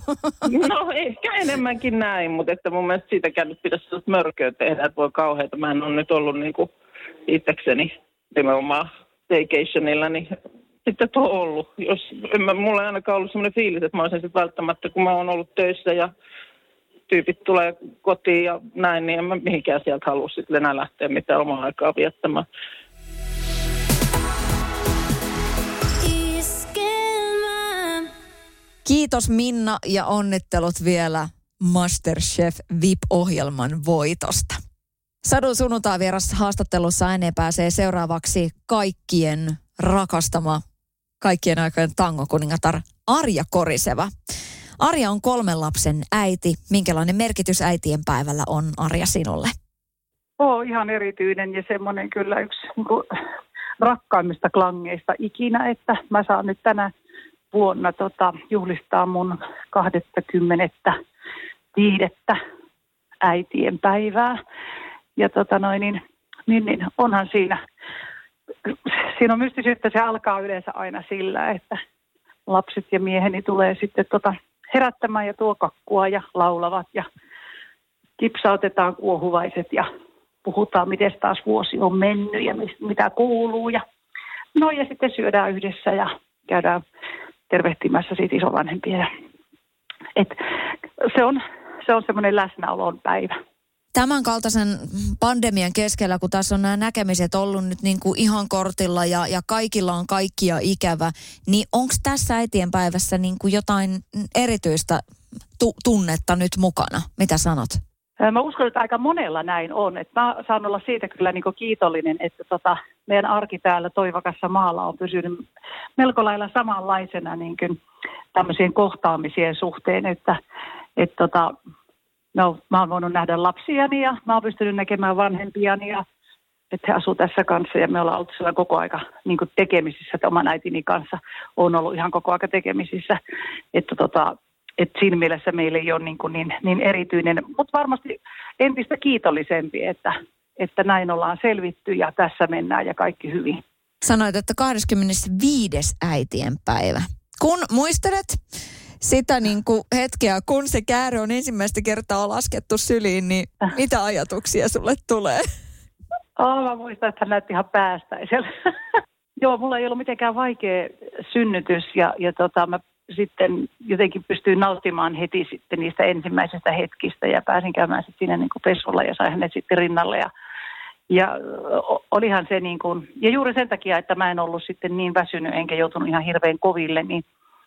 No ehkä enemmänkin näin, mutta että mun mielestä siitäkään nyt pitäisi mörköä tehdä, että voi kauheata. Mä en ole nyt ollut niin kuin itsekseni nimenomaan staycationilla, niin sitten on ollut. Mulla ei ainakaan ollut sellainen fiilis, että mä olisin sitten välttämättä, kun mä oon ollut töissä ja tyypit tulee kotiin ja näin, niin en mä mihinkään sieltä halua sitten enää lähteä mitään omaa aikaa viettämään. Kiitos Minna ja onnittelut vielä MasterChef VIP-ohjelman voitosta. Sadun sunnuntai vieras haastattelussa ääneen pääsee seuraavaksi kaikkien rakastama, kaikkien aikojen tangokuningatar Arja Koriseva. Arja on 3 lapsen äiti. Minkälainen merkitys äitien päivällä on, Arja, sinulle? Ihan erityinen ja semmoinen kyllä yksi niin kuin rakkaimmista klangeista ikinä, että mä saan nyt tänä vuonna juhlistaa mun 25. äitien päivää. Ja niin onhan siinä on mystisyyttä, se alkaa yleensä aina sillä, että lapset ja mieheni tulee sitten herättämään ja tuo kakkua ja laulavat ja kipsautetaan kuohuvaiset ja puhutaan, miten taas vuosi on mennyt ja mitä kuuluu. Ja sitten syödään yhdessä ja käydään tervehtimässä siitä isovanhempia. Se on semmoinen läsnäolon päivä. Tämän kaltaisen pandemian keskellä, kun tässä on nämä näkemiset ollut nyt niin kuin ihan kortilla ja kaikilla on kaikkia ikävä, niin onko tässä äitienpäivässä niin kuin jotain erityistä tunnetta nyt mukana? Mitä sanot? Mä uskon, että aika monella näin on. Että mä saan olla siitä kyllä niin kuin kiitollinen, että meidän arki täällä Toivakassa maalla on pysynyt melko lailla samanlaisena niin kuin tämmöisien kohtaamisien suhteen, että mä oon voinut nähdä lapsiani ja mä oon pystynyt näkemään vanhempiani ja että he asuu tässä kanssa ja me ollaan oltu siellä koko aika niin kuin tekemisissä, että oman äitini kanssa on ollut ihan koko aika tekemisissä, että siinä mielessä meillä ei ole niin erityinen, mutta varmasti entistä kiitollisempi, että näin ollaan selvitty ja tässä mennään ja kaikki hyvin. Sanoit, että 25. äitienpäivä. Kun muistelet sitä niin kuin hetkeä, kun se käärö on ensimmäistä kertaa laskettu syliin, niin mitä ajatuksia sulle tulee? Mä muistan, että hän näytti ihan päästäisellä. Joo, mulla ei ollut mitenkään vaikea synnytys ja mä sitten jotenkin pystyin nauttimaan heti sitten niistä ensimmäisistä hetkistä ja pääsin käymään sitten siinä niin kuin pesulla ja sain hänet sitten rinnalle ja olihan se niin kuin, ja juuri sen takia, että mä en ollut sitten niin väsynyt enkä joutunut ihan hirveän koville, niin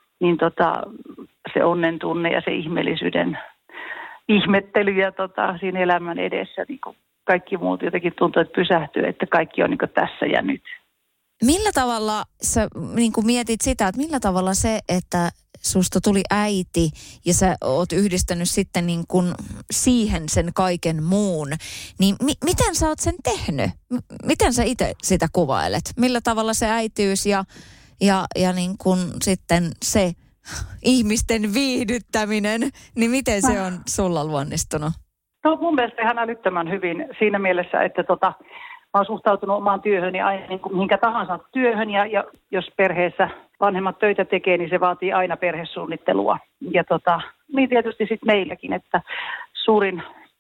se onnen tunne ja se ihmeellisyyden ihmettely ja siinä elämän edessä, niin kuin kaikki muut jotenkin tuntuu, että pysähtyy, että kaikki on niin kuin tässä ja nyt. Millä tavalla sä niin kuin mietit sitä, että millä tavalla se, että susta tuli äiti ja sä oot yhdistänyt sitten niin kuin siihen sen kaiken muun, niin miten sä oot sen tehnyt? Miten sä itse sitä kuvailet? Millä tavalla se äitiys ja niin kuin sitten se ihmisten viihdyttäminen, niin miten se on sulla luonnistunut? No mun mielestä ihan älyttömän hyvin siinä mielessä, että mä oon suhtautunut omaan työhöni aina niin kuin minkä tahansa työhön ja jos perheessä vanhemmat töitä tekee, niin se vaatii aina perhesuunnittelua. Ja niin tietysti sitten meilläkin, että suurin,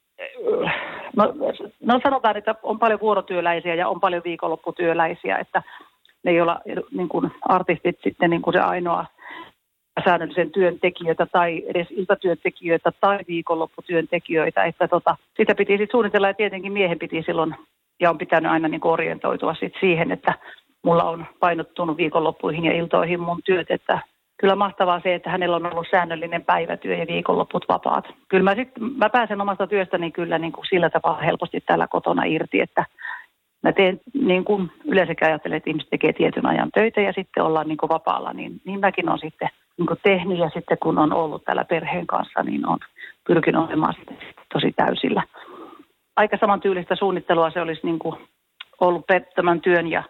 no sanotaan, että on paljon vuorotyöläisiä ja on paljon viikonlopputyöläisiä, että ne ei olla niin kuin artistit sitten niin kuin se ainoa säännöllisen työntekijöitä tai edes iltatyöntekijöitä tai viikonlopputyöntekijöitä, että sitä piti sitten suunnitella ja tietenkin miehen piti silloin ja on pitänyt aina niin kuin orientoitua sitten siihen, että mulla on painottunut viikonloppuihin ja iltoihin mun työt, että kyllä mahtavaa se, että hänellä on ollut säännöllinen päivätyö ja viikonlopput vapaat. Kyllä mä pääsen omasta työstäni kyllä niin kuin sillä tapaa helposti täällä kotona irti, että mä teen niin kuin yleensäkin ajattelen, että ihmiset tekee tietyn ajan töitä ja sitten ollaan niin kuin vapaalla, niin mäkin on sitten niin kuin tehnyt ja sitten kun on ollut täällä perheen kanssa, niin on pyrkinyt olemaan sitten tosi täysillä. Aika samantyylistä suunnittelua se olisi niin kuin ollut tämän työn ja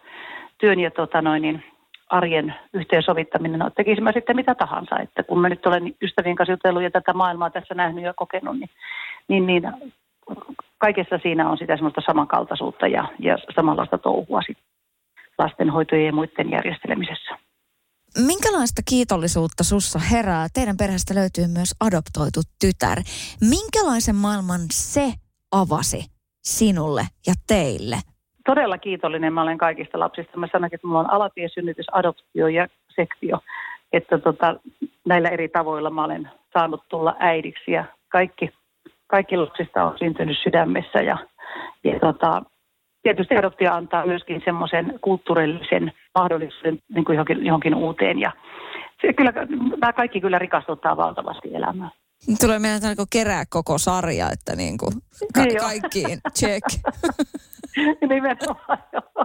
arjen yhteensovittaminen. No, tekisin mä sitten mitä tahansa, että kun mä nyt olen ystävien kanssa jutellut ja tätä maailmaa tässä nähnyt ja kokenut, niin kaikessa siinä on sitä semmoista samankaltaisuutta ja samanlaista touhua sitten lastenhoitojen ja muiden järjestelemisessä. Minkälaista kiitollisuutta sussa herää? Teidän perheestä löytyy myös adoptoitu tytär. Minkälaisen maailman se avasi sinulle ja teille? Todella kiitollinen mä olen kaikista lapsista. Mä sanoin, että mulla on alatiesynnytys, adoptio ja sektio. Että näillä eri tavoilla mä olen saanut tulla äidiksi ja kaikki lapsista on syntynyt sydämessä. Ja tietysti adoptio antaa myöskin semmoisen kulttuurillisen mahdollisuuden niin kuin johonkin uuteen. Ja nämä kaikki kyllä rikastuttaa valtavasti elämää. Tulee meidän kerää koko sarja, että niin kuin kaikkiin check. Nimenomaan,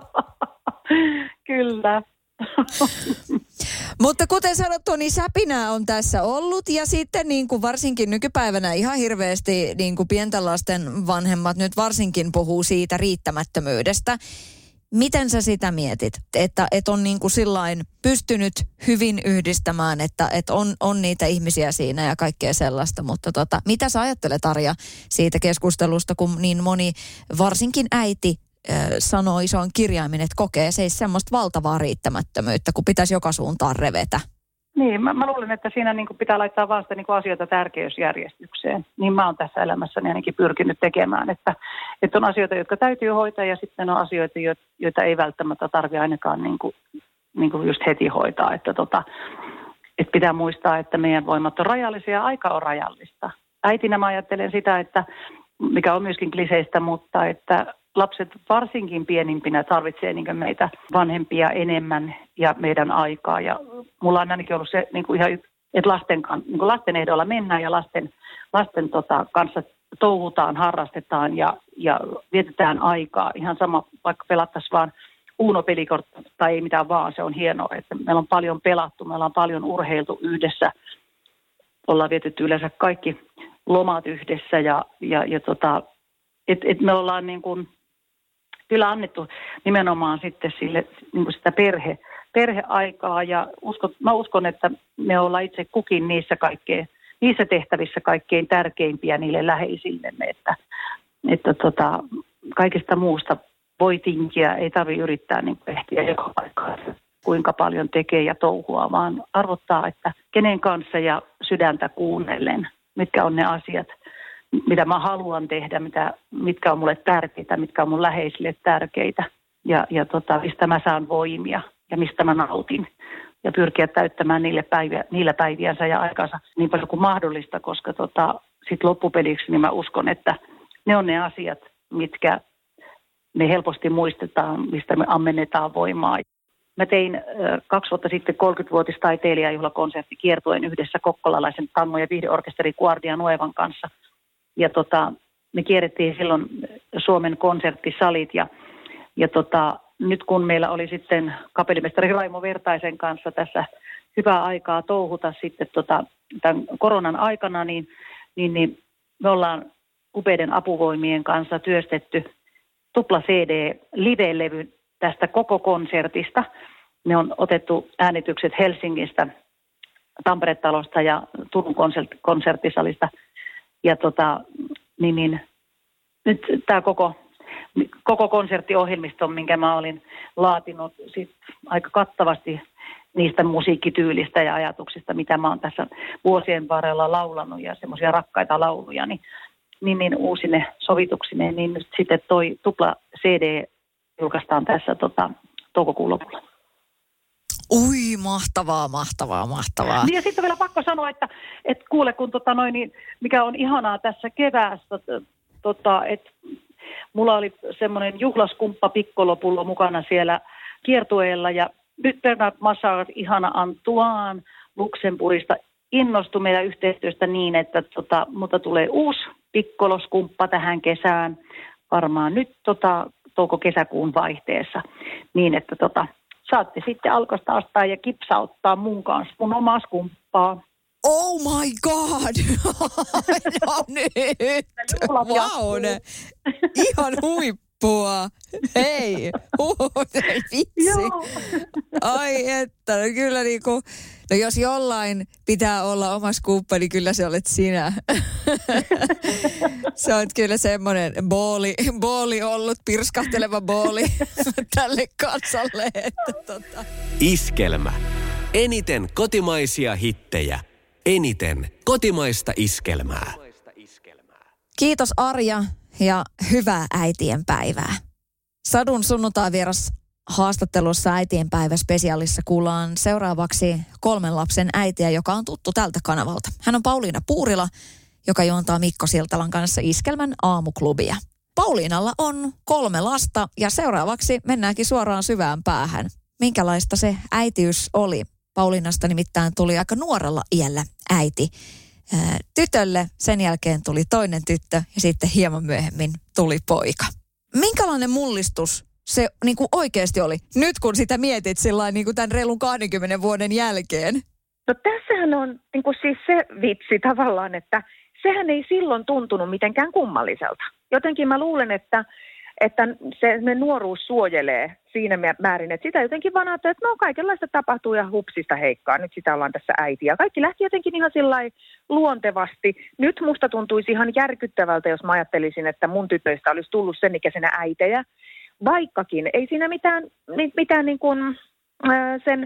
kyllä. Mutta kuten sanottu, niin säpinää on tässä ollut ja sitten niin kuin varsinkin nykypäivänä ihan hirveästi niin kuin pienten lasten vanhemmat nyt varsinkin puhuu siitä riittämättömyydestä. Miten sä sitä mietit, että on niin kuin sillain pystynyt hyvin yhdistämään, että on niitä ihmisiä siinä ja kaikkea sellaista, mutta mitä sä ajattelet, Arja, siitä keskustelusta, kun niin moni, varsinkin äiti, sanoo isoon kirjaimin, että kokee se semmoista valtavaa riittämättömyyttä, kun pitäisi joka suuntaan revetä? Niin, mä luulen, että siinä niin kuin pitää laittaa vaan sitä niin kuin asioita tärkeysjärjestykseen. Niin mä oon tässä elämässäni ainakin pyrkinyt tekemään, että on asioita, jotka täytyy hoitaa ja sitten on asioita, joita ei välttämättä tarvitse ainakaan niin kuin just heti hoitaa. Että pitää muistaa, että meidän voimat on rajallisia ja aika on rajallista. Äitinä mä ajattelen sitä, että mikä on myöskin kliseistä, mutta että lapset varsinkin pienimpinä tarvitsee niin kuin meitä vanhempia enemmän ja meidän aikaa. Ja mulla on ainakin ollut se niin kuin ihan, että lasten ehdolla mennään ja lasten kanssa touhutaan, harrastetaan ja vietetään aikaa. Ihan sama, vaikka pelattaisiin vaan Uno-pelikortta tai ei mitään vaan, se on hienoa, että meillä on paljon pelattu, meillä on paljon urheiltu yhdessä. Ollaan vietetty yleensä kaikki lomat yhdessä et me ollaan niin kuin kyllä annettu nimenomaan sitten sille niin kuin sitä perheaikaa ja mä uskon, että me ollaan itse kukin niissä tehtävissä kaikkein tärkeimpiä niille läheisillemme, että kaikesta muusta voi tinkiä, ei tarvitse yrittää niin ehtiä joka paikkaan, kuinka paljon tekee ja touhua, vaan arvottaa, että kenen kanssa ja sydäntä kuunnellen, mitkä on ne asiat, mitä mä haluan tehdä, mitkä on mulle tärkeitä, mitkä on mun läheisille tärkeitä ja mistä mä saan voimia ja mistä mä nautin. Ja pyrkiä täyttämään niillä päiviänsä ja aikansa niin paljon kuin mahdollista, koska sit loppupeliksi niin mä uskon, että ne on ne asiat, mitkä me helposti muistetaan, mistä me ammennetaan voimaa. Mä tein 2 vuotta sitten 30-vuotistaiteilijajuhlakonserttikiertueen yhdessä kokkolalaisen tango- ja viihdeorkesteri Guardia Nuevan kanssa. Ja me kierrettiin silloin Suomen konserttisalit ja nyt kun meillä oli sitten kapellimestari Raimo Vertaisen kanssa tässä hyvää aikaa touhuta sitten tämän koronan aikana, niin me ollaan upeiden apuvoimien kanssa työstetty tupla CD-live-levy tästä koko konsertista. Me on otettu äänitykset Helsingistä, Tampere-talosta ja Turun konserttisalista. Ja nyt tämä koko konserttiohjelmisto, minkä mä olin laatinut sit aika kattavasti niistä musiikkityylistä ja ajatuksista, mitä mä oon tässä vuosien varrella laulanut ja semmoisia rakkaita lauluja, niin uusine sovituksineen, niin nyt sitten toi tupla CD julkaistaan tässä toukokuun lopulla. Ui, mahtavaa. Niin ja sitten vielä pakko sanoa, että kuule, kun mikä on ihanaa tässä keväästä, että mulla oli semmoinen juhlaskumppa Piccolopullo mukana siellä kiertueella ja nyt Bernard Massard, ihana Antoine Luxemburgista innostui meidän yhteistyöstä niin, että mutta tulee uusi Piccoloskumppa tähän kesään, varmaan nyt touko-kesäkuun vaihteessa, niin että saatte sitten Alkosta astaa ja kipsauttaa mun kanssa mun omaa skumppaa. Oh my god! No nyt! Wow, ihan huippua! Hei! Vitsi! Ai että, no kyllä niinku, no jos jollain pitää olla oma skuuppa, niin kyllä se olet sinä. Se on kyllä semmoinen booli ollut, pirskahteleva booli tälle kansalle. Että Iskelmä. Eniten kotimaisia hittejä. Eniten kotimaista iskelmää. Kiitos Arja ja hyvää äitienpäivää. Sadun sunnuntai-vieras haastattelussa äitienpäivä-spesiaalissa kuullaan seuraavaksi 3 lapsen äitiä, joka on tuttu tältä kanavalta. Hän on Pauliina Puurila, joka juontaa Mikko Siltalan kanssa Iskelmän aamuklubia. Pauliinalla on 3 lasta ja seuraavaksi mennäänkin suoraan syvään päähän. Minkälaista se äitiys oli? Pauliinasta nimittäin tuli aika nuorella iällä äiti tytölle. Sen jälkeen tuli toinen tyttö ja sitten hieman myöhemmin tuli poika. Minkälainen mullistus se niin kuin oikeasti oli? Nyt kun sitä mietit sillain niin kuin tämän reilun 20 vuoden jälkeen. No tässähän on niin kuin siis se vitsi tavallaan, että sehän ei silloin tuntunut mitenkään kummalliselta. Jotenkin mä luulen, että se nuoruus suojelee siinä määrin, että sitä jotenkin vaan ajattelee, että no kaikenlaista tapahtuu ja hupsista heikkaa, nyt sitä ollaan tässä äitiä. Kaikki lähti jotenkin ihan sillai luontevasti. Nyt musta tuntuisi ihan järkyttävältä, jos mä ajattelisin, että mun tytöistä olisi tullut sen ikäisenä äitejä. Vaikkakin ei siinä mitään niin kuin sen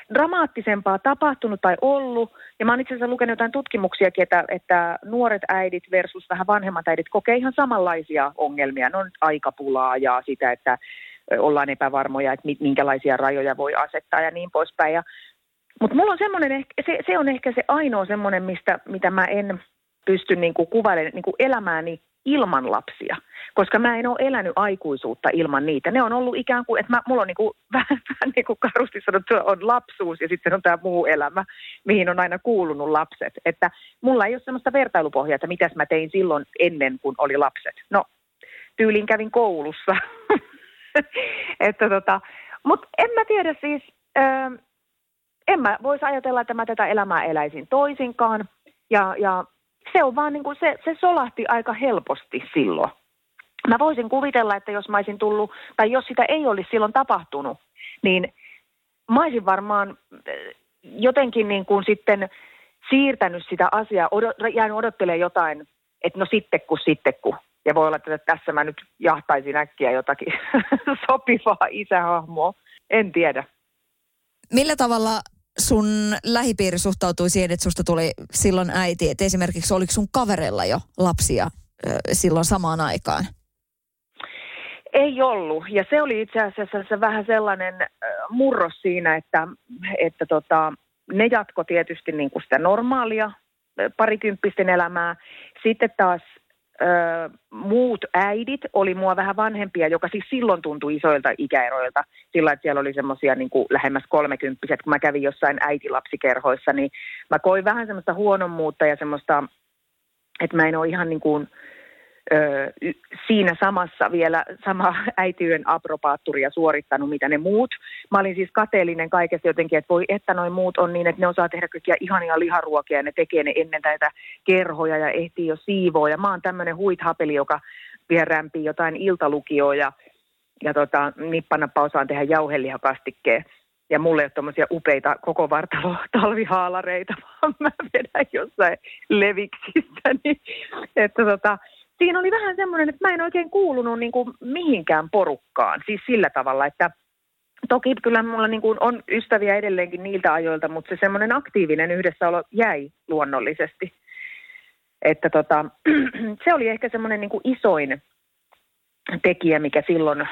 dramaattisempaa tapahtunut tai ollut. Ja mä oon itse asiassa lukenut jotain tutkimuksiakin, että nuoret äidit versus vähän vanhemmat äidit kokee ihan samanlaisia ongelmia. Ne on aikapulaa ja sitä, että ollaan epävarmoja, että minkälaisia rajoja voi asettaa ja niin poispäin. Mutta mulla on semmoinen, se on ehkä se ainoa semmoinen, mitä mä en pysty niinku kuvailemaan niinku elämääni ilman lapsia, koska mä en ole elänyt aikuisuutta ilman niitä. Ne on ollut ikään kuin, että mulla on niinku, vähän niin kuin karusti sanottu, on lapsuus ja sitten on tämä muu elämä, mihin on aina kuulunut lapset. Että mulla ei ole semmoista vertailupohjaa, että mitäs mä tein silloin ennen kuin oli lapset. No, tyyliin kävin koulussa. Mutta en mä tiedä siis, en mä voisi ajatella, että mä tätä elämää eläisin toisinkaan. Ja se on vaan niin kuin se solahti aika helposti silloin. Mä voisin kuvitella, että jos mä olisin tullut, tai jos sitä ei olisi silloin tapahtunut, niin mä olisin varmaan jotenkin niin kuin sitten siirtänyt sitä asiaa, jäänyt odottelemaan jotain, että no sitten kun. Ja voi olla, että tässä mä nyt jahtaisin äkkiä jotakin sopivaa isähahmoa. En tiedä. Millä tavalla sun lähipiiri suhtautui siihen, että susta tuli silloin äiti? Et esimerkiksi oliko sun kavereilla jo lapsia silloin samaan aikaan? Ei ollut. Ja se oli itse asiassa vähän sellainen murros siinä, että ne jatko tietysti niin kuin sitä normaalia parikymppisten elämää. Sitten taas muut äidit oli mua vähän vanhempia, joka siis silloin tuntui isoilta ikäeroilta. Sillä, että siellä oli semmoisia niin kuin lähemmäs 30, kun mä kävin jossain äitilapsikerhoissa, niin mä koin vähän semmoista huonommuutta ja semmoista, että mä en ole ihan niin kuin siinä samassa vielä sama äitiyden aprobaatturia suorittanut, mitä ne muut. Mä olin siis kateellinen kaikesta jotenkin, että voi että noi muut on niin, että ne osaa tehdä kaikkia ihania liharuokia ja ne tekee ne ennen näitä kerhoja ja ehtii jo siivoa. Ja mä oon tämmöinen huithapeli, joka vielä rämpii jotain iltalukioa ja nippanappa osaan tehdä jauhelihakastikkeen. Ja mulle ei ole tommosia upeita koko vartalo talvihaalareita, vaan mä vedän jossain leviksistä. Niin, että siinä oli vähän semmoinen, että mä en oikein kuulunut niin kuin mihinkään porukkaan. Siis sillä tavalla, että toki kyllä mulla niin kuin on ystäviä edelleenkin niiltä ajoilta, mutta se semmoinen aktiivinen yhdessäolo jäi luonnollisesti. Että se oli ehkä semmoinen niin kuin isoin tekijä, mikä silloin,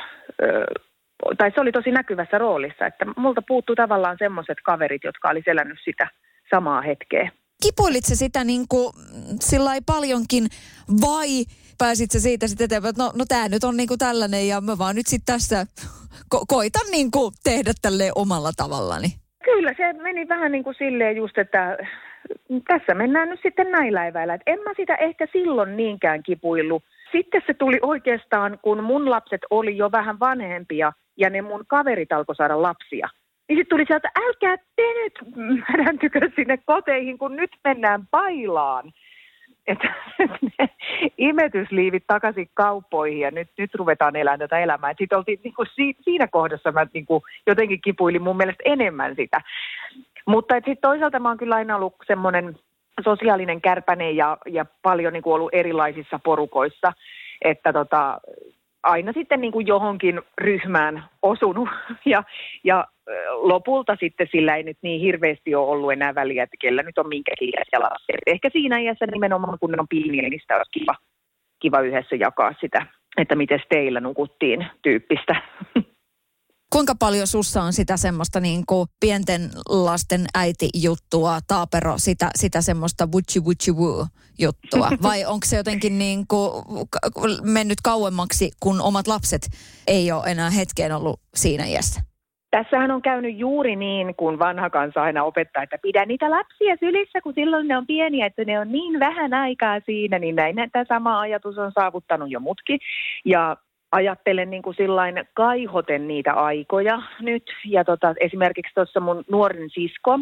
tai se oli tosi näkyvässä roolissa, että multa puuttui tavallaan semmoiset kaverit, jotka oli elänyt sitä samaa hetkeä. Kipuilit sä sitä niin kuin sillai paljonkin vai pääsit sä siitä sitten eteenpäin, että no tää nyt on niin kuin tällainen ja mä vaan nyt sitten tässä koitan niin kuin tehdä tälleen omalla tavallani? Kyllä se meni vähän niin kuin silleen just, että tässä mennään nyt sitten näillä eväillä. En mä sitä ehkä silloin niinkään kipuillut. Sitten se tuli oikeastaan, kun mun lapset oli jo vähän vanhempia ja ne mun kaverit alkoi saada lapsia. Niin sitten tuli sieltä, älkää te nyt mädäntykö sinne koteihin, kun nyt mennään bailaan. Että ne imetysliivit takaisin kauppoihin ja nyt ruvetaan elämään tätä elämää. Sitten oltiin niinku siinä kohdassa mä niinku jotenkin kipuilin mun mielestä enemmän sitä. Mutta sitten toisaalta mä oon kyllä aina ollut semmoinen sosiaalinen kärpäne ja paljon niinku ollut erilaisissa porukoissa, että aina sitten niin kuin johonkin ryhmään osunut ja lopulta sitten sillä ei nyt niin hirveästi ole ollut enää väliä, että kellä nyt on minkäkin iäisiä lapsia. Ehkä siinä iässä nimenomaan, kun ne on pieniä, niin sitä olisi kiva yhdessä jakaa sitä, että miten teillä nukuttiin tyyppistä. Kuinka paljon sussa on sitä semmoista niin kuin pienten lasten äiti-juttua, taapero, sitä semmoista wutchi-wutchi-woo-juttua? Vai onko se jotenkin niin kuin mennyt kauemmaksi, kun omat lapset ei ole enää hetkeen ollut siinä iässä? Tässähän on käynyt juuri niin, kun vanha kansa aina opettaa, että pidä niitä lapsia sylissä, kun silloin ne on pieniä, että ne on niin vähän aikaa siinä, niin näin tämä sama ajatus on saavuttanut jo mutkin. Ja ajattelen niin kuin sillain kaihoten niitä aikoja nyt. Ja esimerkiksi tuossa mun nuorin sisko,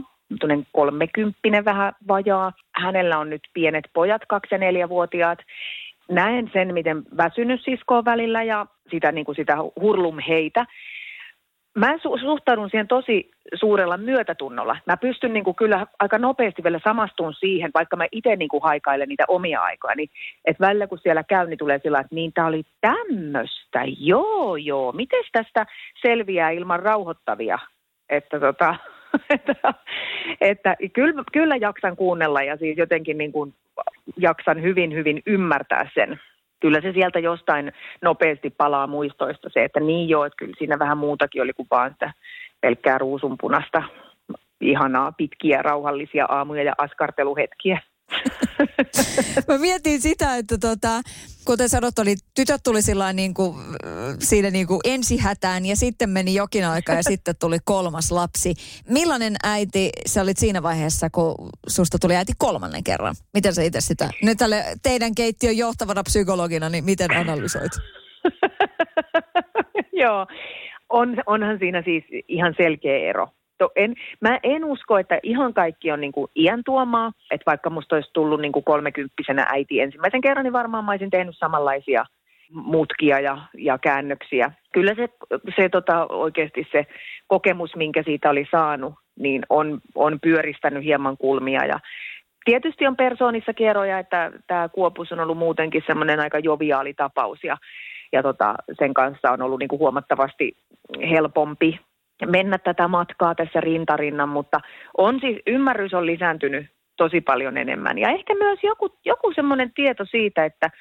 30 vähän vajaa, hänellä on nyt pienet pojat, 2- ja 4-vuotiaat. Näen sen, miten väsynyt sisko on välillä ja sitä hurlumheitä. Mä suhtaudun siihen tosi suurella myötätunnolla. Mä pystyn niin kuin kyllä aika nopeasti vielä samastumaan siihen, vaikka mä itse niin kuin haikailen niitä omia aikoja. Niin, että välillä kun siellä käy, niin tulee sillä, että niin tää oli tämmöistä. Joo. Mites tästä selviää ilman rauhoittavia? Että että kyllä jaksan kuunnella ja siis jotenkin niin kuin jaksan hyvin, hyvin ymmärtää sen. Kyllä se sieltä jostain nopeasti palaa muistoista se, että niin joo, että kyllä siinä vähän muutakin oli kuin vaan sitä pelkkää ruusunpunasta, ihanaa, pitkiä, rauhallisia aamuja ja askarteluhetkiä. Mä mietin sitä, että kuten sanot, tytöt tuli siinä ensihätään ja sitten meni jokin aika ja sitten tuli 3. lapsi. Millainen äiti sä olit siinä vaiheessa, kun susta tuli äiti 3. kerran? Miten sä itse sitä, nyt tälle teidän keittiön johtavana psykologina, niin miten analysoit? Joo, onhan siinä siis ihan selkeä ero. Mä en usko, että ihan kaikki on niin kuin iän tuomaa, että vaikka musta olisi tullut niin kuin 30-vuotiaana äiti ensimmäisen kerran, niin varmaan mä olisin tehnyt samanlaisia mutkia ja käännöksiä. Kyllä se oikeasti se kokemus, minkä siitä oli saanut, niin on pyöristänyt hieman kulmia ja tietysti on persoonissakin eroja, että tämä Kuopus on ollut muutenkin semmoinen aika joviaali tapaus ja sen kanssa on ollut niin kuin huomattavasti helpompi mennä tätä matkaa tässä rintarinnan, mutta ymmärrys on lisääntynyt tosi paljon enemmän. Ja ehkä myös joku semmoinen tieto siitä, että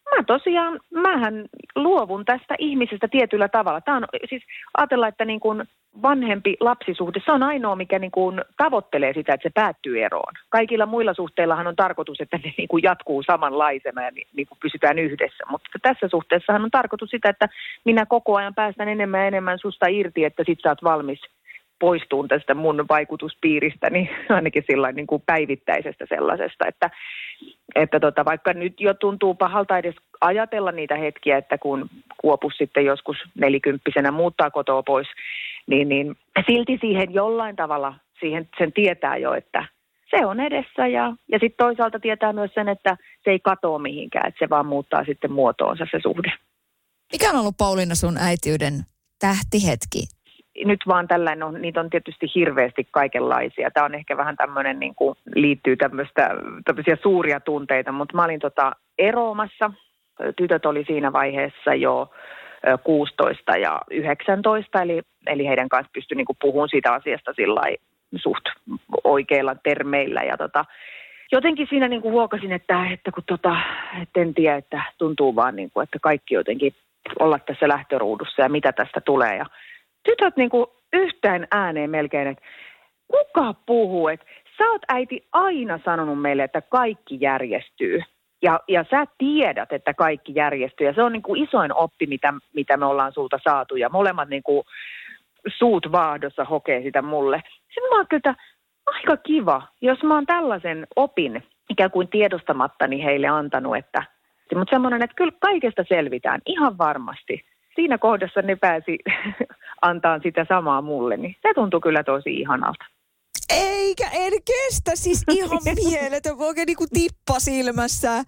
mähän luovun tästä ihmisestä tietyllä tavalla. Tämä on siis ajatella, että niin kuin vanhempi lapsisuhde, se on ainoa, mikä niin kuin tavoittelee sitä, että se päättyy eroon. Kaikilla muilla suhteillahan on tarkoitus, että ne niin kuin jatkuu samanlaisena ja niin kuin pysytään yhdessä. Mutta tässä suhteessahan on tarkoitus sitä, että minä koko ajan päästän enemmän ja enemmän susta irti, että sit sä oot valmis poistuun tästä mun vaikutuspiiristä, niin ainakin sillain niin kuin päivittäisestä sellaisesta, että vaikka nyt jo tuntuu pahalta edes ajatella niitä hetkiä, että kun Kuopus sitten joskus 40-vuotiaana muuttaa kotoa pois, niin silti siihen jollain tavalla sen tietää jo, että se on edessä ja sitten toisaalta tietää myös sen, että se ei katoa mihinkään, että se vaan muuttaa sitten muotoonsa se suhde. Mikä on ollut Pauliina sun äitiyden tähtihetki? Nyt vaan tällainen, niitä on tietysti hirveästi kaikenlaisia. Tämä on ehkä vähän tämmöinen, niin kuin liittyy tämmöisiä suuria tunteita, mutta mä olin eroamassa. Tytöt oli siinä vaiheessa jo 16 ja 19, eli heidän kanssa pystyi niin kuin puhumaan siitä asiasta sillai suht oikeilla termeillä. Ja jotenkin siinä niin kuin huokasin, että en tiedä, että tuntuu vaan, niin kuin, että kaikki jotenkin olla tässä lähtöruudussa ja mitä tästä tulee. Ja tytöt niin kuin yhteen ääneen melkein, että kuka puhuu, että sä oot äiti aina sanonut meille, että kaikki järjestyy. Ja sä tiedät, että kaikki järjestyy. Ja se on niin kuin isoin oppi, mitä me ollaan sulta saatu. Ja molemmat niin kuin suut vaahdossa hokee sitä mulle. Sitten mä ajattelin, että aika kiva, jos mä oon tällaisen opin ikään kuin tiedostamattani heille antanut. Mutta semmoinen, että kyllä kaikesta selvitään ihan varmasti. Siinä kohdassa ne pääsi antaa sitä samaa mulle, niin se tuntui kyllä tosi ihanalta. Eikä, en kestä, siis ihan mieletön, oikein niin kuin tippa silmässä.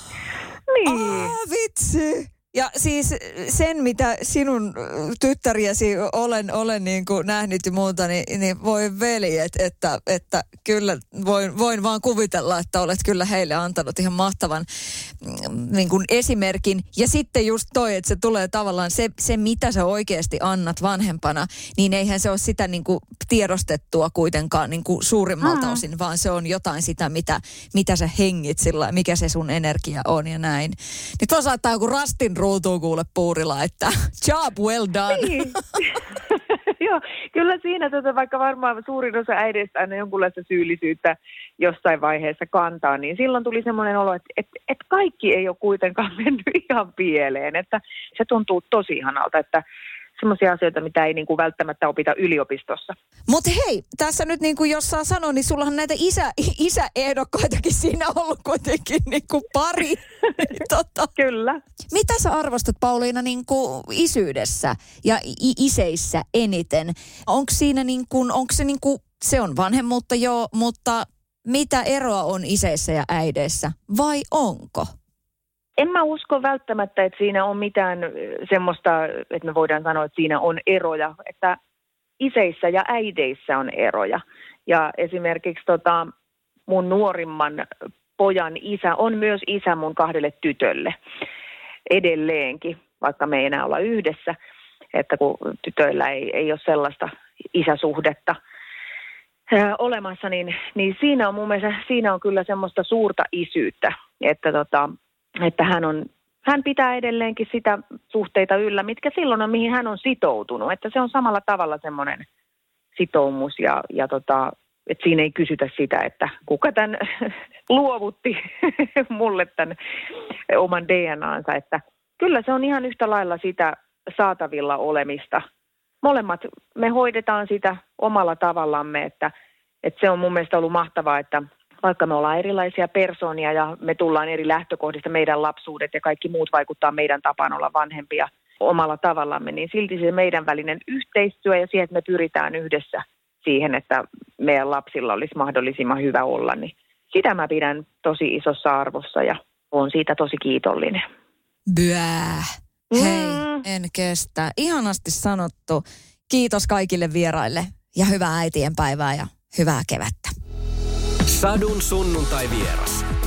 Niin. Vitsi. Ja siis sen, mitä sinun tyttäriäsi olen niin kuin nähnyt ja muuta, niin voi veli, että kyllä voin vaan kuvitella, että olet kyllä heille antanut ihan mahtavan niin kuin esimerkin. Ja sitten just toi, että se tulee tavallaan se, mitä sä oikeasti annat vanhempana, niin eihän se ole sitä niin kuin tiedostettua kuitenkaan niin kuin suurimmalta osin, vaan se on jotain sitä, mitä sä hengit sillä, mikä se sun energia on ja näin. Niin tuossa saattaa joku rastin ruutuun kuule Puurila, että job well done. Niin. Joo, kyllä siinä vaikka varmaan suurin osa äideistä aina jonkunlaista syyllisyyttä jossain vaiheessa kantaa, niin silloin tuli semmoinen olo, että kaikki ei ole kuitenkaan mennyt ihan pieleen, että se tuntuu tosi ihanalta, että semmoisia asioita, mitä ei niin kuin välttämättä opita yliopistossa. Mutta hei, tässä nyt niin kuin jos saa sanoa, niin sullahan näitä isäehdokkaitakin siinä ollut kuitenkin niin kuin pari. Kyllä. Mitä sä arvostat, Pauliina, niin kuin isyydessä ja iseissä eniten? Onko siinä niin kuin, onko se niin kuin, se on vanhemmuutta joo, mutta mitä eroa on iseissä ja äideissä vai onko? En mä usko välttämättä, että siinä on mitään semmoista, että me voidaan sanoa, että siinä on eroja, että iseissä ja äideissä on eroja. Ja esimerkiksi mun nuorimman pojan isä on myös isä mun 2 tytölle edelleenkin, vaikka me ei enää olla yhdessä, että kun tytöillä ei ole sellaista isäsuhdetta. olemassa, niin siinä on mun mielestä, siinä on kyllä semmoista suurta isyyttä, että hän pitää edelleenkin sitä suhteita yllä, mitkä silloin on, mihin hän on sitoutunut. Että se on samalla tavalla semmoinen sitoumus ja että siinä ei kysytä sitä, että kuka tämän luovutti mulle tämän oman DNAnsa. Että kyllä se on ihan yhtä lailla sitä saatavilla olemista. Molemmat me hoidetaan sitä omalla tavallamme, että se on mun mielestä ollut mahtavaa, että vaikka me ollaan erilaisia persoonia ja me tullaan eri lähtökohdista, meidän lapsuudet ja kaikki muut vaikuttaa meidän tapaan olla vanhempia omalla tavallamme, niin silti se meidän välinen yhteistyö ja siihen, että me pyritään yhdessä siihen, että meidän lapsilla olisi mahdollisimman hyvä olla, niin sitä mä pidän tosi isossa arvossa ja olen siitä tosi kiitollinen. Hei, en kestä. Ihanasti sanottu. Kiitos kaikille vieraille ja hyvää äitienpäivää ja hyvää kevättä. Sadun sunnuntai vieras.